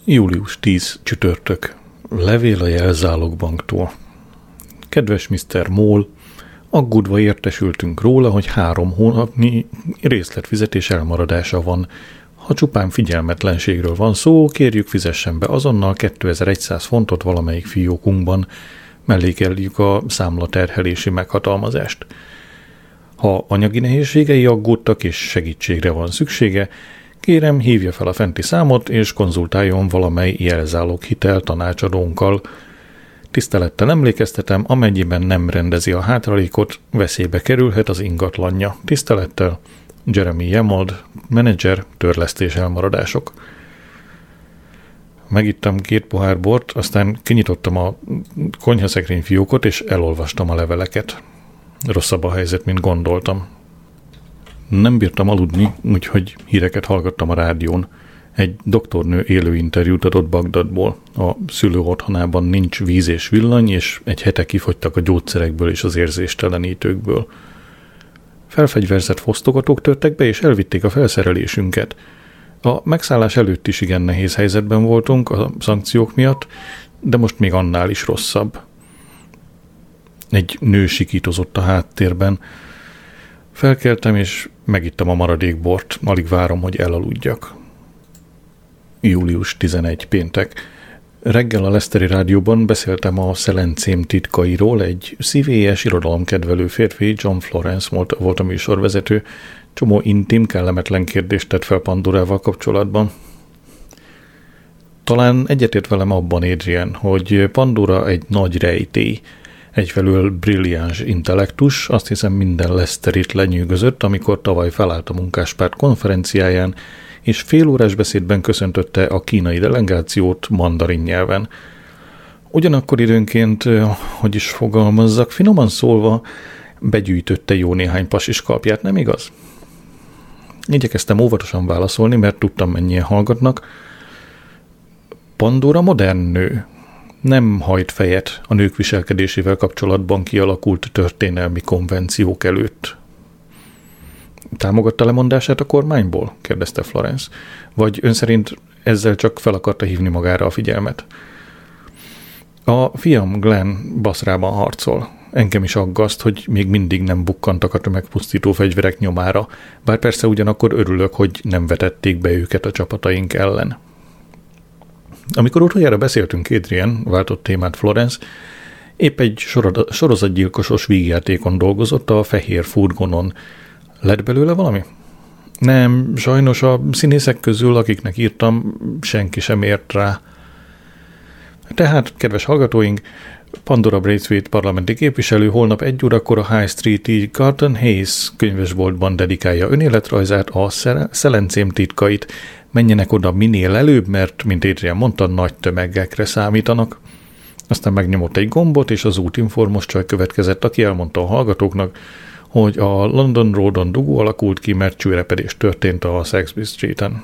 Július 10 csütörtök. Levél a jelzálogbanktól. Kedves Mr. Moll, aggódva értesültünk róla, hogy 3 hónapnyi részletfizetés elmaradása van. Ha csupán figyelmetlenségről van szó, kérjük fizessen be azonnal 2100 fontot valamelyik fiókunkban. Mellékeljük a számlaterhelési meghatalmazást. Ha anyagi nehézségei aggódtak és segítségre van szüksége, kérem, hívja fel a fenti számot, és konzultáljon valamely jelzálog hitel tanácsadónkkal. Tisztelettel emlékeztetem, amennyiben nem rendezi a hátralékot, veszélybe kerülhet az ingatlanja. Tisztelettel, Jeremy Yemold, menedzser, törlesztés elmaradások. Megittam 2 pohár bort, aztán kinyitottam a konyhaszekrény fiókot, és elolvastam a leveleket. Rosszabb a helyzet, mint gondoltam. Nem bírtam aludni, úgyhogy híreket hallgattam a rádión. Egy doktornő élő interjút adott Bagdadból. A szülő otthonában nincs víz és villany, és egy hete kifogytak a gyógyszerekből és az érzéstelenítőkből. Felfegyverzett fosztogatók törtek be, és elvitték a felszerelésünket. A megszállás előtt is igen nehéz helyzetben voltunk a szankciók miatt, de most még annál is rosszabb. Egy nő sikítozott a háttérben. Felkeltem, és megittam a maradék bort. Alig várom, hogy elaludjak. Július 11 péntek. Reggel a Leicesteri rádióban beszéltem a szelencém titkairól. Egy szívélyes, irodalomkedvelő férfi, John Florence volt a műsorvezető. Csomó intim, kellemetlen kérdést tett fel Pandorával kapcsolatban. Talán egyetért velem abban, Adrian, hogy Pandora egy nagy rejtély. Egyfelől brilliáns intellektus, azt hiszem minden Leicesterit lenyűgözött, amikor tavaly felállt a munkáspárt konferenciáján, és félórás beszédben köszöntötte a kínai delegációt mandarin nyelven. Ugyanakkor időnként, hogy is fogalmazzak, finoman szólva, begyűjtötte jó néhány pasiskalpját, nem igaz? Igyekeztem óvatosan válaszolni, mert tudtam, mennyien hallgatnak. Pandora modern nő. Nem hajt fejet a nők viselkedésével kapcsolatban kialakult történelmi konvenciók előtt. Támogatta lemondását a kormányból? Kérdezte Florence. Vagy ön szerint ezzel csak fel akarta hívni magára a figyelmet? A fiam Glenn Basrában harcol. Engem is aggaszt, hogy még mindig nem bukkantak a tömegpusztító fegyverek nyomára, bár persze ugyanakkor örülök, hogy nem vetették be őket a csapataink ellen. Amikor utoljára beszéltünk, Adrian, váltott témát Florence, épp egy sorozatgyilkosos vígjátékon dolgozott a fehér furgonon. Lett belőle valami? Nem, sajnos a színészek közül, akiknek írtam, senki sem ért rá. Tehát, kedves hallgatóink, Pandora Braithwaite parlamenti képviselő holnap 1 órakor a High Street-i Carlton Hayes könyvesboltban dedikálja önéletrajzát, a szelencém titkait. Menjenek oda minél előbb, mert, mint Adrian mondta, nagy tömegekre számítanak. Aztán megnyomott egy gombot, és az útinformos csaj következett, aki elmondta a hallgatóknak, hogy a London Roadon dugó alakult ki, mert csőrepedés történt a Saxby Streeten.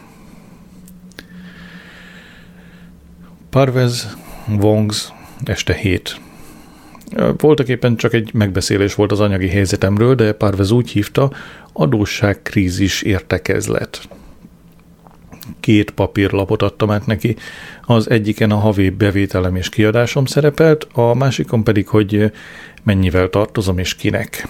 Parvez Wongs, este 7. Voltak éppen csak egy megbeszélés volt az anyagi helyzetemről, de Parvez úgy hívta, adósságkrízis értekezlet. 2 papírlapot adtam át neki, az egyiken a havi bevételem és kiadásom szerepelt, a másikon pedig, hogy mennyivel tartozom és kinek.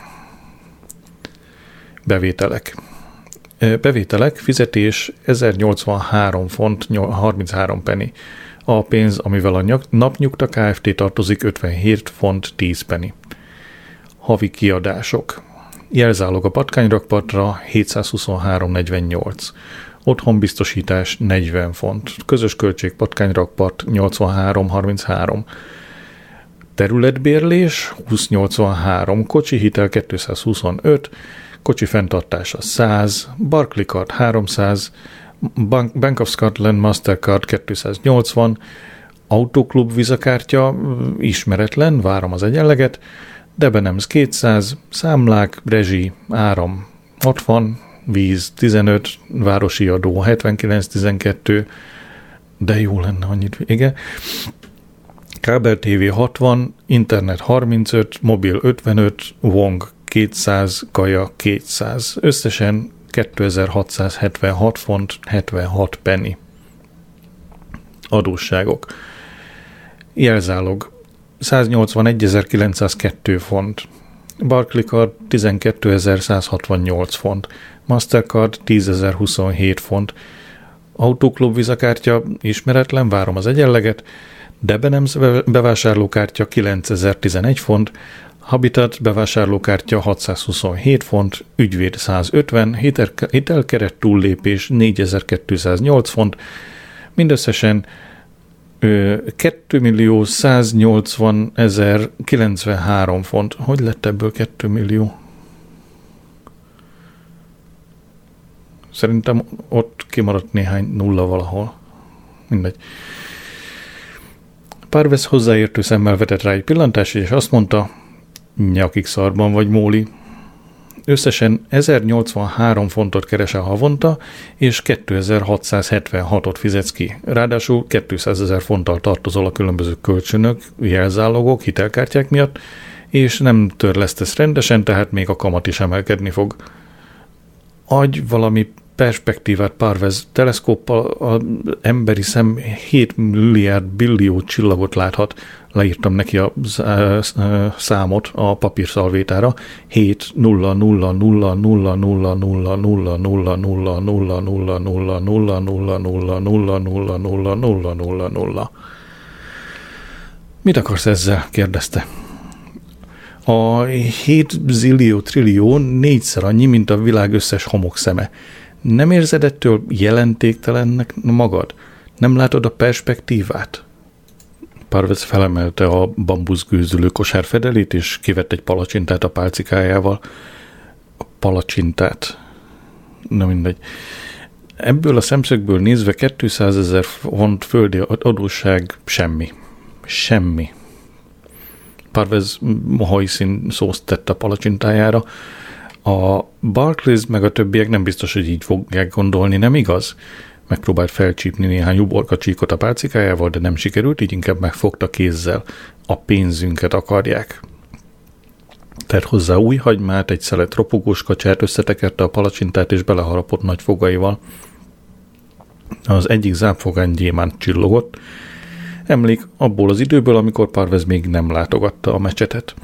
Bevételek, fizetés 1083 font 33 penny. A pénz, amivel a Napnyugta Kft. Tartozik 57 font 10 penny. Havi kiadások. Jelzálog a patkányrakpartra 723,48. Otthonbiztosítás 40 font. Közös költség patkányrakpart 83,33. Területbérlés 20,83. Kocsi hitel 225. Kocsi fenntartása 100. Barclay Card 300. Bank of Scotland Mastercard 280. Autoklub vizakártya ismeretlen, várom az egyenleget. Debenhams 200. Számlák, rezsi, áram 60. Víz 15, városi adó 79,12, de jó lenne annyit, igen. Kábel TV 60, internet 35, mobil 55, Wong 200, kaja 200. Összesen 2676 font 76 penny. adósságok. Jelzálog 181.902 font, Barclaycard 12.168 font, Mastercard 10.027 font, Autoklub vizakártya ismeretlen, várom az egyenleget, Debenhams bevásárlókártya 9.011 font, Habitat bevásárlókártya 627 font, ügyvéd 150, hitelkeret túllépés 4208 font, mindösszesen 2.180.093 font. Hogy lett ebből 2 millió? Szerintem ott kimaradt néhány nulla valahol. Mindegy. Parvez hozzáértő szemmel vetett rá egy pillantást, és azt mondta, nyakig szarban vagy, Móli. Összesen 1083 fontot keresel havonta, és 2676-ot fizetsz ki. Ráadásul 200 000 fonttal tartozol a különböző kölcsönök, jelzálogok, hitelkártyák miatt, és nem törlesztesz rendesen, tehát még a kamat is emelkedni fog. Adj valami perspektívát, Parvez, teleszkóppal az emberi szem 7 milliárd billió csillagot láthat. Leírtam neki a számot a papírszalvétára. 7 0 0 0 0 0 0 0 0 0 0 0 0 0 0 0 0 0 0 0 0 0. Mit akarsz ezzel? Kérdezte. A 7 zillió trillió 4-szer annyi, mint a világ összes homokszeme. Nem érzed ettől jelentéktelennek magad? Nem látod a perspektívát? Parvez felemelte a bambuszgőzülő kosárfedelét, és kivett egy palacsintát a pálcikájával. A palacsintát. Na mindegy. Ebből a szemszögből nézve 200 000 font földi adósság semmi. Semmi. Parvez hajszín szószt tett a palacsintájára. A Barclays meg a többiek nem biztos, hogy így fogják gondolni, nem igaz? Megpróbált felcsípni néhány uborkacsíkot a pálcikájával, de nem sikerült, így inkább megfogta kézzel. A pénzünket akarják. Tett hozzá új hagymát, egy szelet ropogós kacsát, összetekerte a palacsintát és beleharapott nagy fogaival. Az egyik zápfogán gyémánt csillogott. Emlék abból az időből, amikor Parvez még nem látogatta a mecsetet.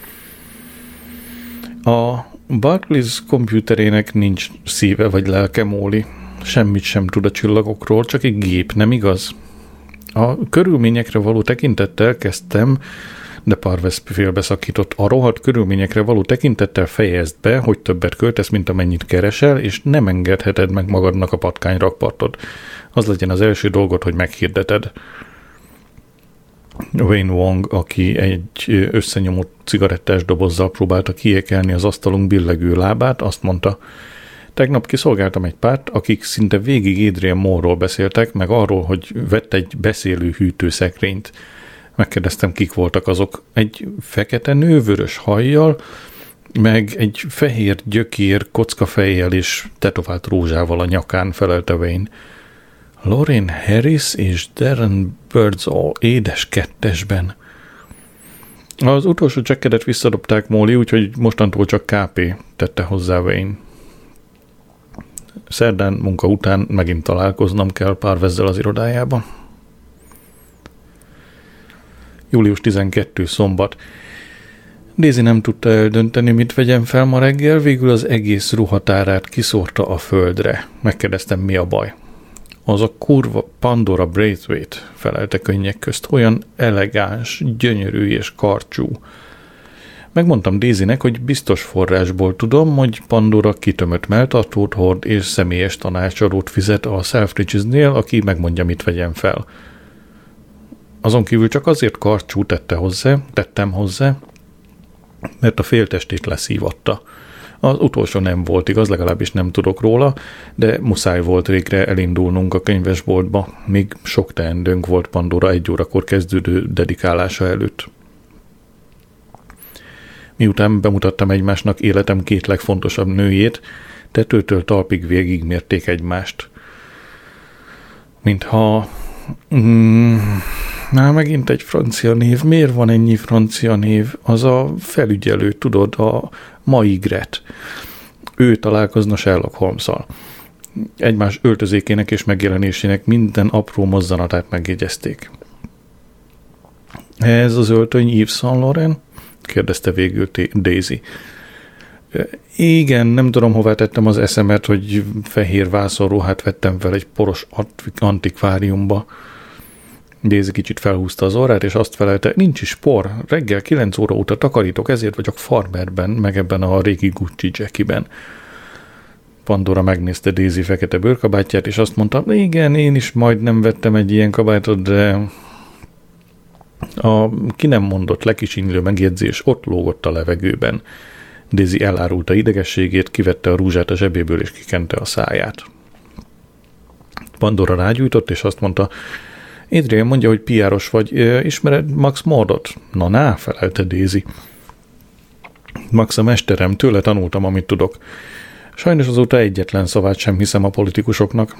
A Barclays komputerének nincs szíve vagy lelke, Móli. Semmit sem tud a csillagokról, csak egy gép, nem igaz? A körülményekre való tekintettel kezdtem, de Parvez félbeszakított. A rohadt körülményekre való tekintettel fejezd be, hogy többet költesz, mint amennyit keresel, és nem engedheted meg magadnak a patkányrakpartod. Az legyen az első dolgot, hogy meghirdeted. Wayne Wong, aki egy összenyomott cigarettás dobozzal próbálta kiékelni az asztalunk billegő lábát, azt mondta, tegnap kiszolgáltam egy párt, akik szinte végig Adrian Moore-ról beszéltek, meg arról, hogy vett egy beszélő hűtőszekrényt. Megkérdeztem, kik voltak azok. Egy fekete nő vörös hajjal, meg egy fehér gyökér kockafejjel és tetovált rózsával a nyakán, felelte Wayne. Lorraine Harris és Darren Birdsall édes kettesben. Az utolsó csekkedet visszadobták, Móli, úgyhogy mostantól csak KP, tette hozzá Wayne. Szerdán munka után megint találkoznom kell Parvezzel az irodájában. Július 12. szombat. Daisy nem tudta eldönteni, mit vegyen fel ma reggel, végül az egész ruhatárát kiszórta a földre. Megkérdeztem, mi a baj. Az a kurva Pandora Braithwaite, felelte könnyek közt, olyan elegáns, gyönyörű és karcsú. Megmondtam Daisynek, hogy biztos forrásból tudom, hogy Pandora kitömött melltartót hord és személyes tanácsadót fizet a Selfridges-nél, aki megmondja, mit vegyen fel. Azon kívül csak azért karcsú tettem hozzá, mert a féltestét leszívatta. Az utolsó nem volt igaz, legalábbis nem tudok róla, de muszáj volt végre elindulnunk a könyvesboltba, míg sok teendőnk volt Pandora 1 órakor kezdődő dedikálása előtt. Miután bemutattam egymásnak életem 2 legfontosabb nőjét, tetőtől talpig végigmérték egymást. Mintha... megint egy francia név. Miért van ennyi francia név? Az a felügyelő, tudod, a Maigret. Ő találkozna Sherlock Holmes-szal. Egymás öltözékének és megjelenésének minden apró mozzanatát megjegyezték. Ez az öltöny Yves Saint Laurent? Kérdezte végül Daisy. Igen, nem tudom, hová tettem az eszemet, hogy fehér vászonruhát vettem fel egy poros antikváriumba. Daisy kicsit felhúzta az orrát, és azt felelte, nincs is por, reggel 9 óra óta takarítok, ezért vagyok farmerben, meg ebben a régi Gucci jackiben. Pandora megnézte Daisy fekete bőrkabátját, és azt mondta, igen, én is majdnem vettem egy ilyen kabátot, de a ki nem mondott lekicsinylő megjegyzés ott lógott a levegőben. Daisy elárulta idegességét, kivette a rúzsát a zsebéből, és kikente a száját. Pandora rágyújtott, és azt mondta, Adrian mondja, hogy PR-os vagy, ismered Max Mordot? Na, felelte Daisy. Max a mesterem, tőle tanultam, amit tudok. Sajnos azóta egyetlen szavát sem hiszem a politikusoknak.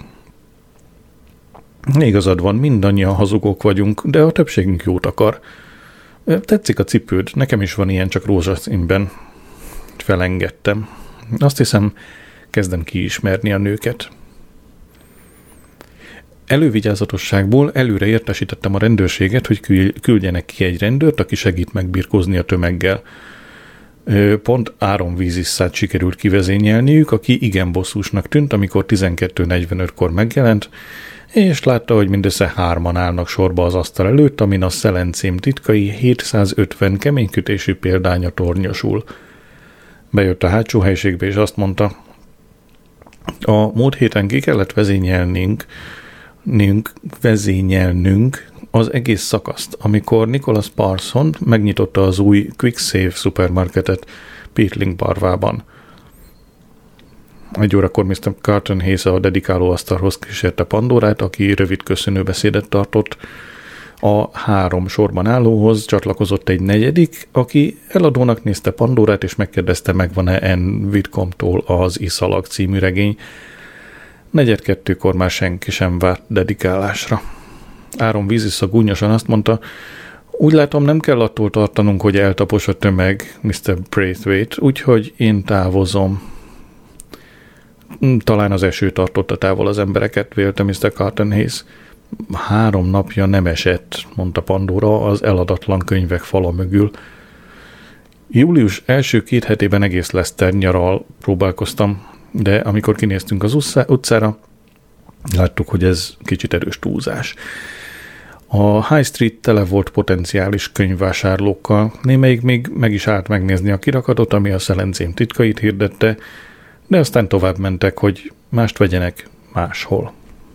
Igazad van, mindannyian hazugok vagyunk, de a többségünk jót akar. Tetszik a cipőd, nekem is van ilyen, csak rózsaszínben. Felengedtem. Azt hiszem, kezdem kiismerni a nőket. Elővigyázatosságból előre értesítettem a rendőrséget, hogy küldjenek ki egy rendőrt, aki segít megbirkózni a tömeggel. Pont Áron Vízisszát sikerült kivezényelniük, aki igen bosszúsnak tűnt, amikor 12:45-kor megjelent, és látta, hogy mindössze 3-an állnak sorba az asztal előtt, amin a szelencém titkai 750 keménykötésű példánya tornyosul. Bejött a hátsó helyiségbe, és azt mondta, a múlt héten ki kellett vezényelnünk az egész szakaszt, amikor Nicholas Parson megnyitotta az új Quick Save szupermarketet Peatling Parvában. 1 órakor Mr. Carton Hayes a dedikáló asztalhoz kísérte Pandorát, aki rövid köszönőbeszédet tartott. A 3 sorban állóhoz csatlakozott egy 4., aki eladónak nézte Pandorát, és megkérdezte, megvan-e Anne Whitcomb-tól az Iszalag című regény. 1:45-kor már senki sem várt dedikálásra. Áron Vízissza gúnyosan azt mondta, úgy látom, nem kell attól tartanunk, hogy eltapos a tömeg Mr. Braithwaite, úgyhogy én távozom. Talán az eső tartotta távol az embereket, vélte Mr. Carton Hayes. 3 napja nem esett, mondta Pandora az eladatlan könyvek fala mögül. Július első 2 hetében egész Leicester nyaral próbálkoztam, de amikor kinéztünk az utcára, láttuk, hogy ez kicsit erős túlzás. A High Street tele volt potenciális könyvvásárlókkal, némelyik még meg is állt megnézni a kirakatot, ami a szelencém titkait hirdette, de aztán tovább mentek, hogy mást vegyenek máshol.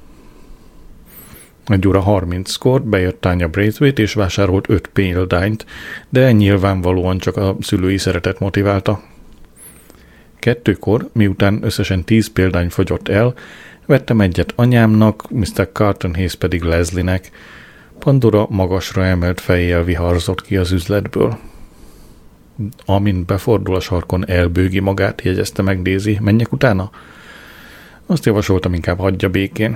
1:30-kor bejött Tanya Braithwaite és vásárolt 5 példányt, de nyilvánvalóan csak a szülői szeretet motiválta. 2-kor, miután összesen 10 példány fogyott el, vettem egyet anyámnak, Mr. Carton Hayes pedig Leslie-nek. Pandora magasra emelt fejjel viharzott ki az üzletből. Amint befordul a sarkon, elbőgi magát, jegyezte meg Daisy. Menjek utána? Azt javasoltam, inkább hagyja békén.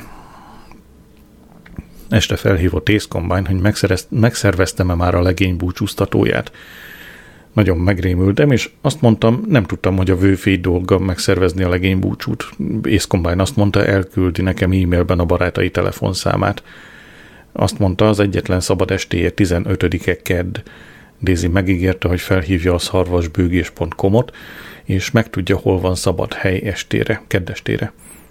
Este felhívott Ace Combine, hogy megszerveztem-e már a legény búcsúztatóját. Nagyon megrémültem, és azt mondtam, nem tudtam, hogy a vőfély dolga megszervezni a legény búcsút. Ace Combine azt mondta, elküldi nekem e-mailben a barátai telefonszámát. Azt mondta, az egyetlen szabad estéje 15-e kedd. Daisy megígérte, hogy felhívja a szarvasbőgés.com-ot, és megtudja, hol van szabad hely estére, kedd estére.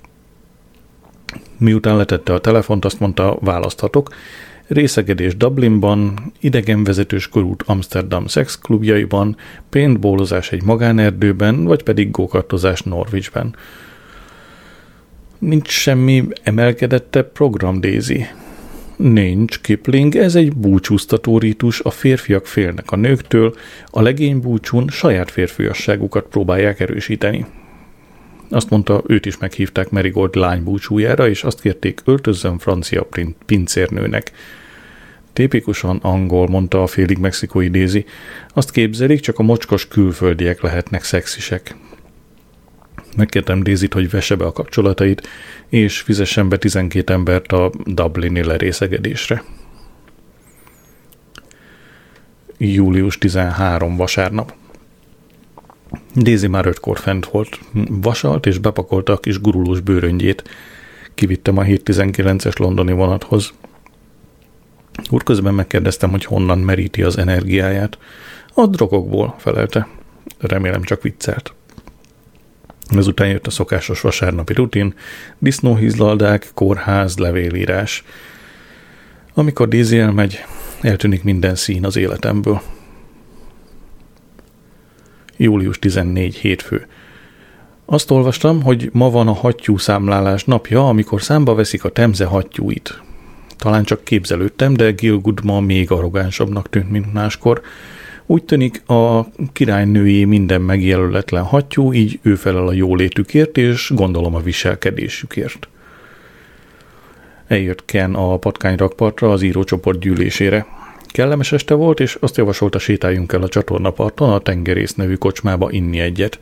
Miután letette a telefont, azt mondta, választhatok. Részegedés Dublinban, idegenvezetős körút Amsterdam szexklubjaiban, paintballozás egy magánerdőben, vagy pedig gókartozás Norwichben. Nincs semmi emelkedettebb program, Daisy. Nincs, Kipling, ez egy búcsúztató rítus, a férfiak félnek a nőktől, a legény búcsún saját férfiasságukat próbálják erősíteni. Azt mondta, őt is meghívták Marigold lány búcsújára, és azt kérték, öltözzön francia pincérnőnek. Tipikusan angol, mondta a félig mexikói Daisy. Azt képzelik, csak a mocskos külföldiek lehetnek szexisek. Megkértem Daisyt, hogy vesse be a kapcsolatait, és fizessen be 12 embert a dublini lerészegedésre. Július 13 vasárnap. Daisy már 5-kor fent volt, vasalt és bepakolta a kis gurulós bőröngyét. Kivittem a 7:19-es londoni vonathoz. Úrközben megkérdeztem, hogy honnan meríti az energiáját. A drogokból, felelte. Remélem csak viccelt. Ezután jött a szokásos vasárnapi rutin, disznóhízlaldák, kórház, levélírás. Amikor Daisy elmegy, eltűnik minden szín az életemből. Július 14, hétfő. Azt olvastam, hogy ma van a hattyúszámlálás napja, amikor számba veszik a Temze hattyúit. Talán csak képzelődtem, de Gielgud ma még arrogánsabbnak tűnt, mint máskor. Úgy tűnik, a királynőjé minden megjelöletlen hattyú, így ő felel a jólétükért, és gondolom a viselkedésükért. Eljött Ken a patkányrakpartra az írócsoport gyűlésére. Kellemes este volt, és azt javasolta, sétáljunk el a csatornaparton a Tengerész nevű kocsmába inni egyet.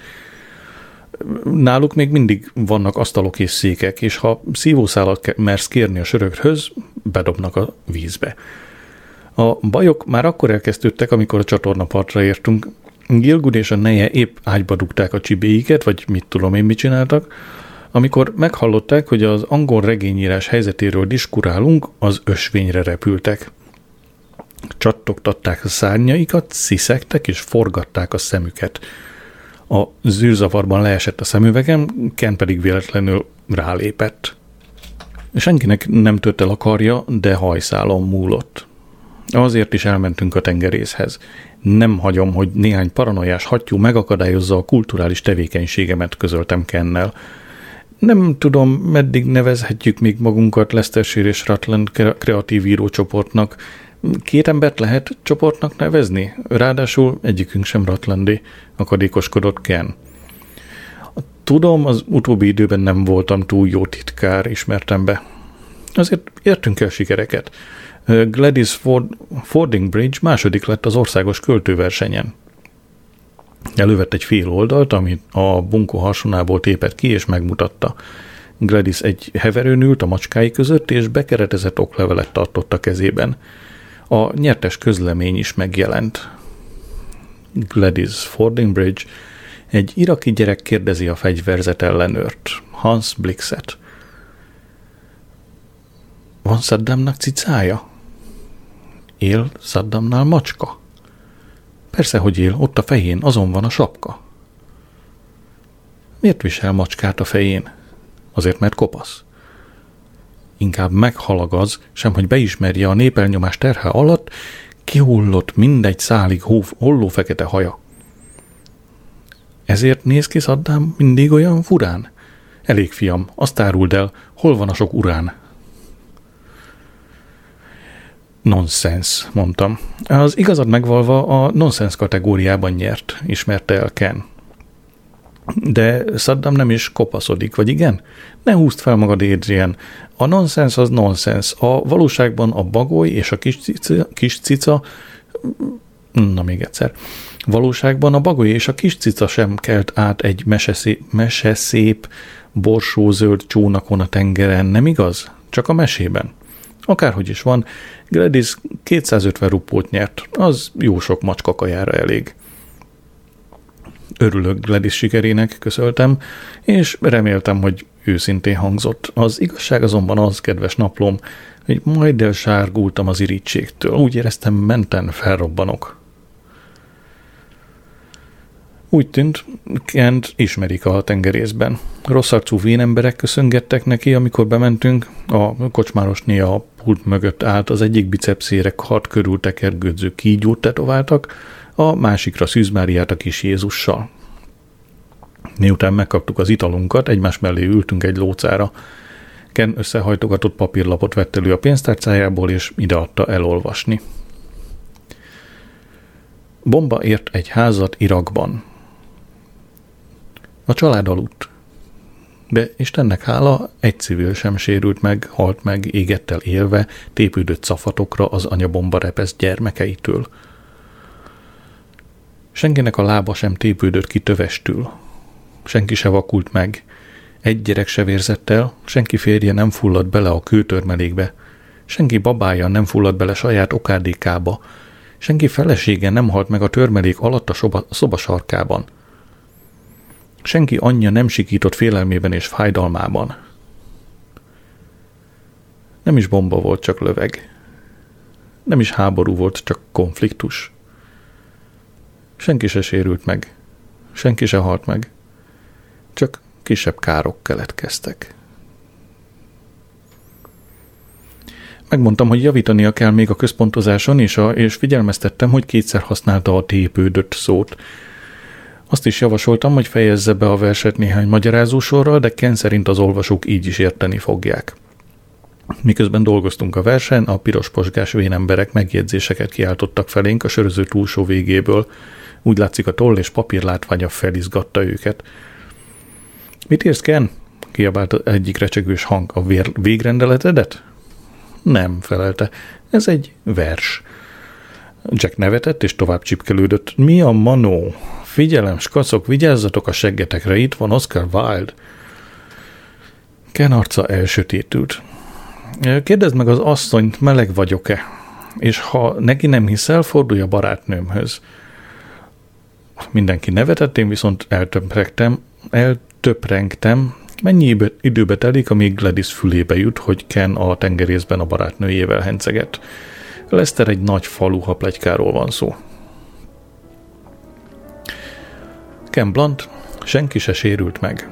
Náluk még mindig vannak asztalok és székek, és ha szívószálat mersz kérni a sörökhöz, bedobnak a vízbe. A bajok már akkor elkezdődtek, amikor a csatornapartra értünk. Gielgud és a neje épp ágyba dugták a csibéiket, vagy mit tudom én mit csináltak. Amikor meghallották, hogy az angol regényírás helyzetéről diskurálunk, az ösvényre repültek. Csattogtatták a szárnyaikat, sziszegtek és forgatták a szemüket. A zűrzavarban leesett a szemüvegem, Ken pedig véletlenül rálépett. Senkinek nem tört el a karja, de hajszálon múlott. Azért is elmentünk a tengerészhez. Nem hagyom, hogy néhány paranoiás hattyú megakadályozza a kulturális tevékenységemet, közöltem Kennel. Nem tudom, meddig nevezhetjük még magunkat Leicestershire és Rutland kreatív írócsoportnak. 2 embert lehet csoportnak nevezni? Ráadásul egyikünk sem Rutlandi, akadékoskodott Ken. Tudom, az utóbbi időben nem voltam túl jó titkár, ismertem be. Azért értünk el sikereket. Gladys Fordingbridge második lett az országos költőversenyen. Elővett egy fél oldalt, amit a bunkó hasonából tépett ki, és megmutatta. Gladys egy heverőn ült a macskái között, és bekeretezett oklevelet tartott a kezében. A nyertes közlemény is megjelent. Gladys Fordingbridge, egy iraki gyerek kérdezi a fegyverzet ellenőrt, Hans Blixet. Van Saddamnak cicája? Él Saddamnál macska? Persze, hogy él, ott a fején, azon van a sapka. Miért visel macskát a fején? Azért, mert kopasz. Inkább meghalagaz, semhogy beismerje a népelnyomás terhe alatt, kihullott mindegy szálig holló fekete haja. Ezért néz ki Saddam mindig olyan furán? Elég, fiam, azt áruld el, hol van a sok urán? Nonsens, mondtam. Az igazat megvalva a nonsens kategóriában nyert, ismerte el Ken. De Saddam nem is kopaszodik, vagy igen? Ne húzd fel magad, Adrian. A nonsens az nonsens. A valóságban a bagoly és a kis cica... Na, még egyszer. Valóságban a bagoly és a kis cica sem kelt át egy meseszép, borsózöld csónakon a tengeren, nem igaz? Csak a mesében. Akárhogy is van, Gladys 250 rupót nyert, az jó sok macska kajára elég. Örülök Gladys sikerének, közöltem, és reméltem, hogy őszintén hangzott. Az igazság azonban az, kedves naplóm, hogy majd elsárgultam az irítségtől. Úgy éreztem, menten felrobbanok. Úgy tűnt, Kent ismerik a tengerészben. Rosszarcú vénemberek köszöngettek neki, amikor bementünk. A kocsmárosné a pult mögött állt, az egyik bicepszére kard körül tekergődző kígyót tetováltak, a másikra Szűz Máriát a kis Jézussal. Miután megkaptuk az italunkat, egymás mellé ültünk egy lócára. Ken összehajtogatott papírlapot vett elő a pénztárcájából, és ideadta elolvasni. Bomba ért egy házat Irakban. A család aludt. De Istennek hála, egy civil sem sérült meg, halt meg, égett el élve, tépődött szafatokra az anyabomba repesz gyermekeitől. Senkinek a lába sem tépődött ki tövestül. Senki se vakult meg. Egy gyerek se vérzett el, senki férje nem fulladt bele a kőtörmelékbe. Senki babája nem fulladt bele saját okádékába. Senki felesége nem halt meg a törmelék alatt a szoba sarkában. Senki anyja nem sikított félelmében és fájdalmában. Nem is bomba volt, csak löveg. Nem is háború volt, csak konfliktus. Senki se sérült meg. Senki se halt meg. Csak kisebb károk keletkeztek. Megmondtam, hogy javítania kell még a központozáson, és figyelmeztettem, hogy 2-szer használta a tépődött szót. Azt is javasoltam, hogy fejezze be a verset néhány magyarázósorral, de Ken szerint az olvasók így is érteni fogják. Miközben dolgoztunk a versen, a piros posgás vénemberek megjegyzéseket kiáltottak felénk a söröző túlsó végéből. Úgy látszik, a toll és papír látványa felizgatta őket. Mit írsz, Ken? Kiabált egyik recsegős hang. A végrendeletedet? Nem, felelte. Ez egy vers. Jack nevetett és tovább csipkelődött. Mi a manó? Figyelem, skacok, vigyázzatok a seggetekre, itt van Oscar Wilde. Ken arca elsötétült. Kérdezd meg az asszonyt, meleg vagyok-e? És ha neki nem hiszel, fordulj a barátnőmhöz. Mindenki nevetett, én viszont eltöprengtem. Mennyi időbe telik, amíg Gladys fülébe jut, hogy Ken a tengerészben a barátnőjével henceget. Lester egy nagy falu, ha pletykáról van szó. Ken Blunt, senki se sérült meg.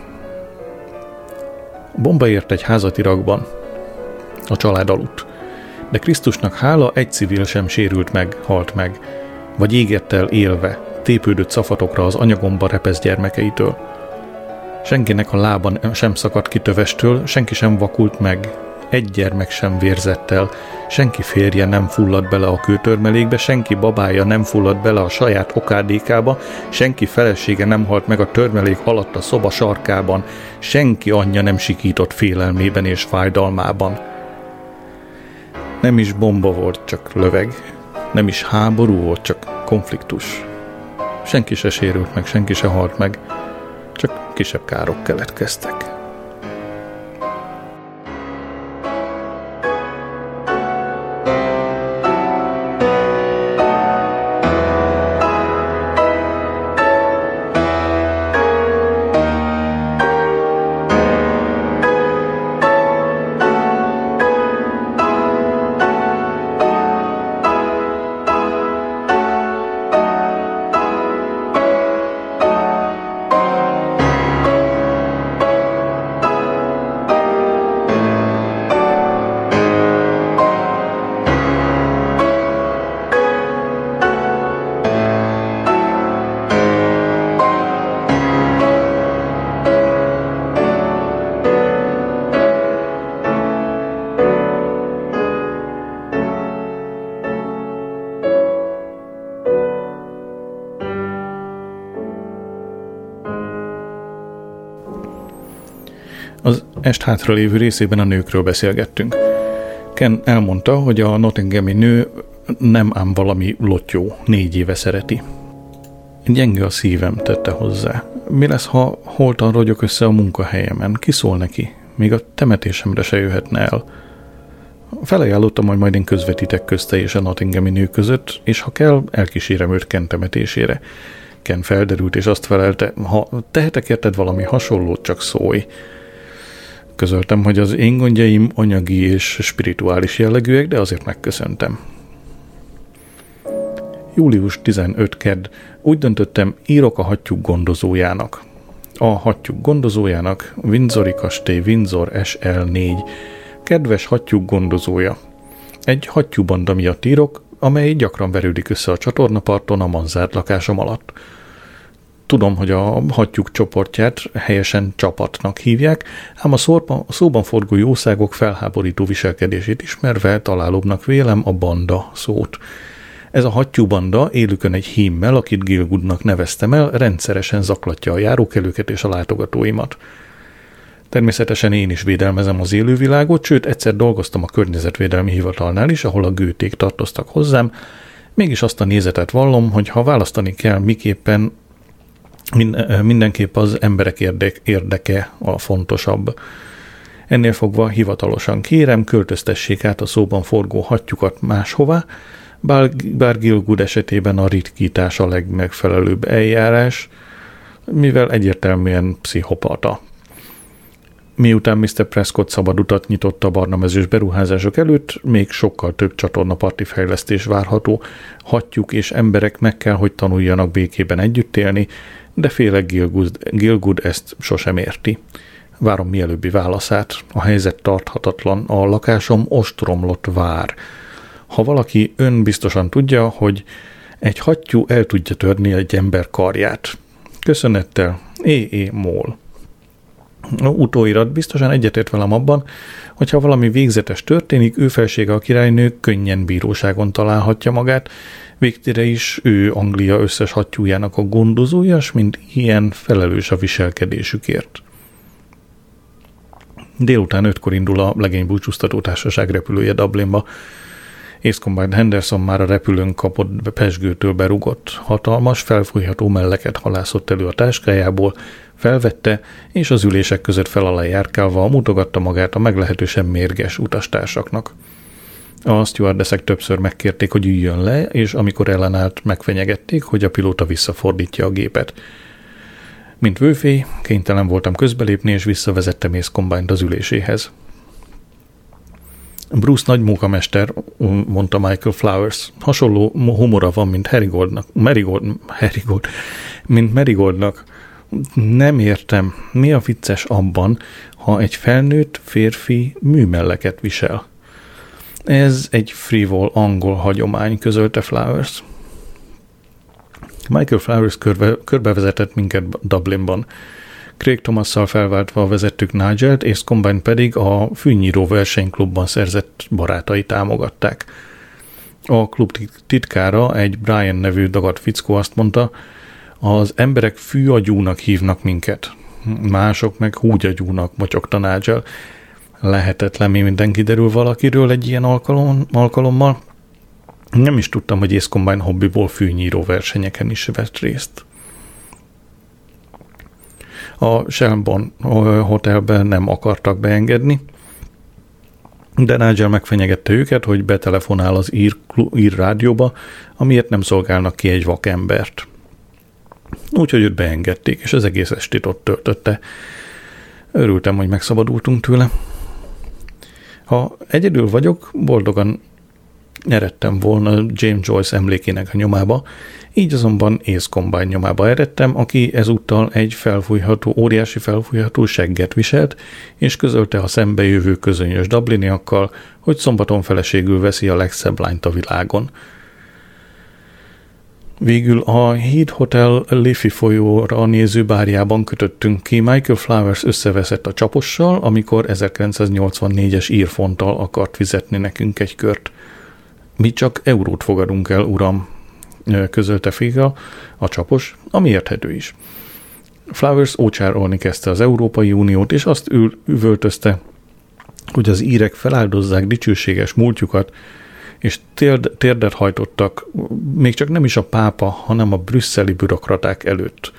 A bomba ért egy házat Irakban. A család aludt. De Krisztusnak hála, egy civil sem sérült meg, halt meg, vagy égett el élve, tépődött szafatokra az anyagomba repesz gyermekeitől. Senkinek a lába sem szakadt ki tövestől, senki sem vakult meg, egy gyermek sem vérzett el, senki férje nem fulladt bele a kőtörmelékbe, senki babája nem fulladt bele a saját okádékába, senki felesége nem halt meg a törmelék alatt a szoba sarkában, senki anyja nem sikított félelmében és fájdalmában. Nem is bomba volt, csak löveg, nem is háború volt, csak konfliktus. Senki se sérült meg, senki se halt meg, csak kisebb károk keletkeztek. Az est hátralévő részében a nőkről beszélgettünk. Ken elmondta, hogy a nottinghami nő nem ám valami lottyó, 4 éve szereti. Gyenge a szívem, tette hozzá. Mi lesz, ha holtan rogyok össze a munkahelyemen? Ki szól neki? Még a temetésemre se jöhetne el. Felajánlottam, hogy majd én közvetítek közte és a nottinghami nő között, és ha kell, elkísérem őt Ken temetésére. Ken felderült, és azt felelte, ha tehetek érted valami hasonlót, csak szólj. Közöltem, hogy az én gondjaim anyagi és spirituális jellegűek, de azért megköszöntem. Július 15 kedd. Úgy döntöttem, írok a hattyúk gondozójának. A hattyúk gondozójának Windsori kastély Windsor SL4. Kedves hattyúk gondozója. Egy hattyúbanda miatt írok, amely gyakran verődik össze a csatornaparton a manzárd lakásom alatt. Tudom, hogy a hattyúk csoportját helyesen csapatnak hívják, ám a szóban forgó jószágok felháborító viselkedését ismerve találóbbnak vélem a banda szót. Ez a hattyúbanda élükön egy hímmel, akit Gilgoodnak neveztem el, rendszeresen zaklatja a járókelőket és a látogatóimat. Természetesen én is védelmezem az élővilágot, sőt egyszer dolgoztam a környezetvédelmi hivatalnál is, ahol a gőték tartoztak hozzám, mégis azt a nézetet vallom, hogy ha választani kell miképpen, mindenképp az emberek érdeke a fontosabb. Ennél fogva hivatalosan kérem, költöztessék át a szóban forgó hattyukat máshová, bár Gilgood esetében a ritkítás a legmegfelelőbb eljárás. mivel egyértelműen pszichopata. Miután Mr. Prescott szabad utat nyitott a barnamezős beruházások előtt, még sokkal több csatornaparti fejlesztés várható. Hattyúk és emberek meg kell, hogy tanuljanak békében együtt élni, de félek Gielgud ezt sosem érti. Várom mielőbbi válaszát. A helyzet tarthatatlan, a lakásom ostromlott vár. Ha valaki önbiztosan tudja, hogy egy hattyú el tudja törni egy ember karját. Köszönettel, E.E. Moll. Utóirat biztosan egyetért velem abban, hogyha valami végzetes történik, ő felsége a királynő könnyen bíróságon találhatja magát, végtére is ő Anglia összes hattyújának a gondozója, mint ilyen felelős a viselkedésükért. Délután 5-kor indul a legénybúcsúztató társaság repülője Dublinba. Ace Combine Henderson már a repülőn kapott pezsgőtől berugott. Hatalmas, felfújható melleket halászott elő a táskájából, felvette, és az ülések között fel alá járkálva mutogatta magát a meglehetősen mérges utastársaknak. A stewardessek többször megkérték, hogy üljön le, és amikor ellenállt, megfenyegették, hogy a pilóta visszafordítja a gépet. Mint vőfély, kénytelen voltam közbelépni, és visszavezettem Ace Combine-t az üléséhez. Bruce nagy munkamester, mondta Michael Flowers. Hasonló humora van, mint Marigoldnak. Nem értem, mi a vicces abban, ha egy felnőtt férfi műmelleket visel. Ez egy frivol angol hagyomány, közölte Flowers. Michael Flowers körbevezetett minket Dublinban. Craig Thomasszal felváltva vezettük Nigelt, és Combine pedig a fűnyíró versenyklubban szerzett barátai támogatták. A klub titkára, egy Brian nevű dagadt fickó azt mondta, az emberek fűagyúnak hívnak minket. Mások meg húgyagyúnak, motyogta Nigel. Lehetetlen, mi minden kiderül valakiről egy ilyen alkalommal. Nem is tudtam, hogy Ace Combine hobbiból fűnyíró versenyeken is vett részt. A Shelbourne hotelben nem akartak beengedni, de Nigel megfenyegette őket, hogy betelefonál az ír rádióba, amiért nem szolgálnak ki egy vakembert. Úgyhogy őt beengedték, és az egész estét ott töltötte. Örültem, hogy megszabadultunk tőle. Ha egyedül vagyok, boldogan eredtem volna James Joyce emlékének a nyomába, így azonban Ace Combine nyomába eredtem, aki ezúttal egy óriási felfújható segget viselt, és közölte a szembejövő közönyös dubliniakkal, hogy szombaton feleségül veszi a legszebb lányt a világon. Végül a Heath Hotel Liffey folyóra néző bárjában kötöttünk ki. Michael Flowers összeveszett a csapossal, amikor 1984-es írfonttal akart fizetni nekünk egy kört. Mi csak eurót fogadunk el, uram, közölte Figa, a csapos, ami érthető is. Flowers ócsárolni kezdte az Európai Uniót, és azt üvöltözte, hogy az írek feláldozzák dicsőséges múltjukat, és térdet hajtottak, még csak nem is a pápa, hanem a brüsszeli bürokraták előtt.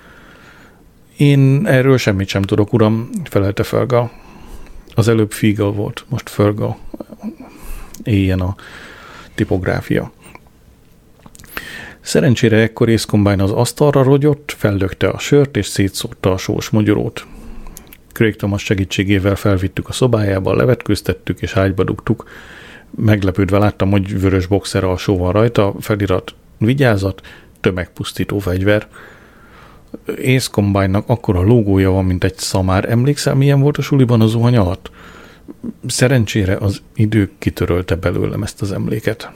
Én erről semmit sem tudok, uram, felelte Fergal. Az előbb Figal volt, most Fergal. Éljen a tipográfia. Szerencsére ekkor Ace Combine az asztalra rogyott, fellökte a sört és szétszórta a sós mogyorót. Craig Thomas segítségével felvittük a szobájába, levetkőztettük és ágyba dugtuk. Meglepődve láttam, hogy vörös boxer alsó van rajta, felirat vigyázat, tömegpusztító fegyver. Ace Combine-nak akkora logója van, mint egy szamár. Emlékszel, milyen volt a suliban a zuhany alatt? Szerencsére az idő kitörölte belőlem ezt az emléket.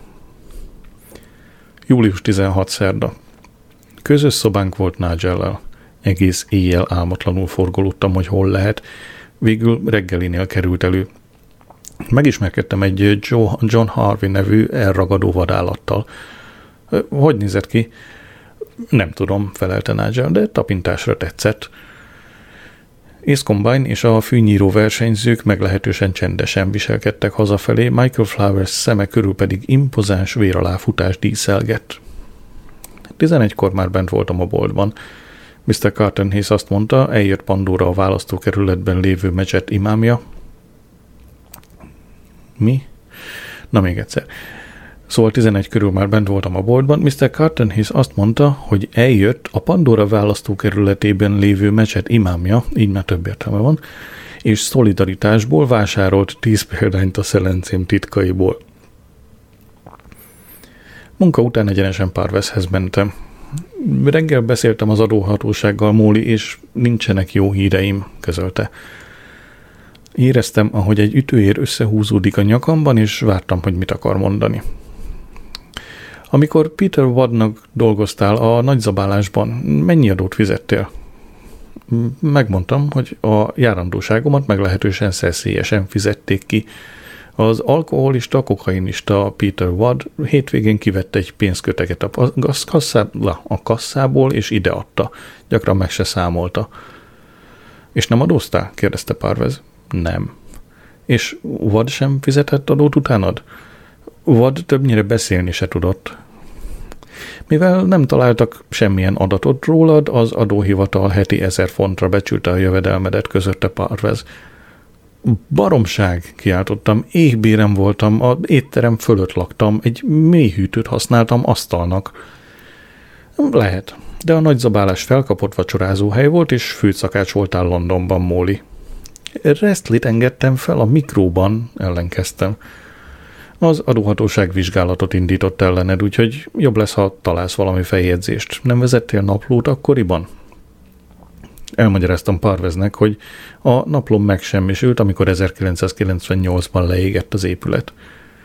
Július 16 szerda. Közös szobánk volt Nigellel. Egész éjjel álmatlanul forgolódtam, hogy hol lehet. Végül reggelinél került elő. Megismerkedtem egy John Harvey nevű elragadó vadállattal. Hogy nézett ki? Nem tudom, felelte Nigel, de tapintásra tetszett. Ace Combine és a fűnyíró versenyzők meglehetősen csendesen viselkedtek hazafelé, Michael Flowers szeme körül pedig impozáns véraláfutás díszelgett. 11-kor már bent voltam a boltban. Mr. Cartenhays azt mondta, eljött Pandora a választókerületben lévő medzset imámja. Mi? Na még egyszer. Szóval 11 körül már bent voltam a boltban. Mr. Cartenhiss azt mondta, hogy eljött a Pandora választókerületében lévő mecset imámja, így már több értelme van, és szolidaritásból vásárolt 10 példányt a szelencém titkaiból. Munka után egyenesen Parvezhez mentem. Reggel beszéltem az adóhatósággal, Móli, és nincsenek jó híreim, közölte. Éreztem, ahogy egy ütőér összehúzódik a nyakamban, és vártam, hogy mit akar mondani. Amikor Peter Waddnak dolgoztál a nagyzabálásban, mennyi adót fizettél? Megmondtam, hogy a járandóságomat meglehetősen szeszélyesen fizették ki. Az alkoholista, kokainista Peter Wadd hétvégén kivette egy pénzköteget a kasszából, és ideadta. Gyakran meg se számolta. És nem adóztál? Kérdezte Parvez. Nem. És Wadd sem fizetett adót utánad? Wadd többnyire beszélni se tudott. Mivel nem találtak semmilyen adatot rólad, az adóhivatal heti 1000 fontra becsülte a jövedelmedet, közötte Parvez. Baromság, kiáltottam, éhbérem voltam, az étterem fölött laktam, egy mélyhűtőt használtam asztalnak. Lehet, de a nagyzabálás felkapott vacsorázóhely volt, és főszakács voltál Londonban, Móli. Resztlit engedtem fel a mikróban, ellenkeztem. Az adóhatóság vizsgálatot indított ellened, úgyhogy jobb lesz, ha találsz valami feljegyzést. Nem vezettél naplót akkoriban? Elmagyaráztam Parveznek, hogy a naplóm megsemmisült, amikor 1998-ban leégett az épület.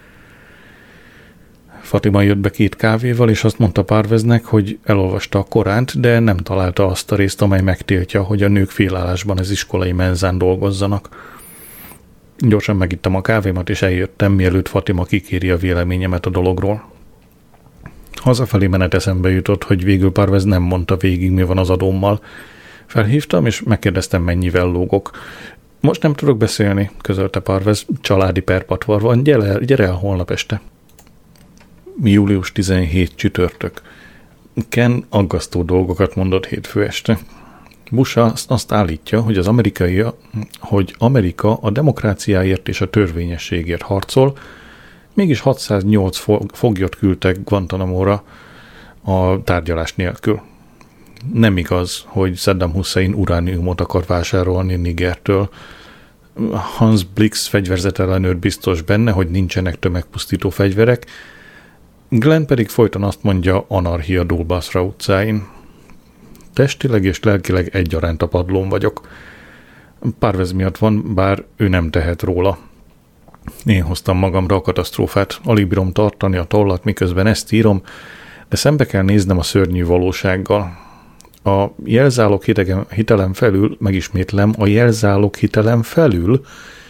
Fatima jött be 2 kávéval, és azt mondta Parveznek, hogy elolvasta a Koránt, de nem találta azt a részt, amely megtiltja, hogy a nők félállásban az iskolai menzán dolgozzanak. Gyorsan megittem a kávémat, és eljöttem, mielőtt Fatima kikéri a véleményemet a dologról. Hazafelé menet eszembe jutott, hogy végül Parvez nem mondta végig, mi van az adómmal. Felhívtam, és megkérdeztem, mennyivel lógok. Most nem tudok beszélni, közölte Parvez, családi perpatvar van, gyere el holnap este. Július 17 csütörtök. Ken aggasztó dolgokat mondott hétfő este. Bush azt állítja, hogy Amerika a demokráciáért és a törvényességért harcol, mégis 608 foglyot küldtek Guantanamo-ra a tárgyalás nélkül. Nem igaz, hogy Saddam Hussein urániumot akar vásárolni Nigertől. Hans Blix fegyverzetellenőr biztos benne, hogy nincsenek tömegpusztító fegyverek, Glenn pedig folyton azt mondja, anarchia dúl Basra utcáin. Testileg és lelkileg egyaránt a padlón vagyok. Parvez miatt van, bár ő nem tehet róla. Én hoztam magamra a katasztrófát, alig bírom tartani a tollat, miközben ezt írom, de szembe kell néznem a szörnyű valósággal. A jelzálog hitelem felül, megismétlem, a jelzálog hitelem felül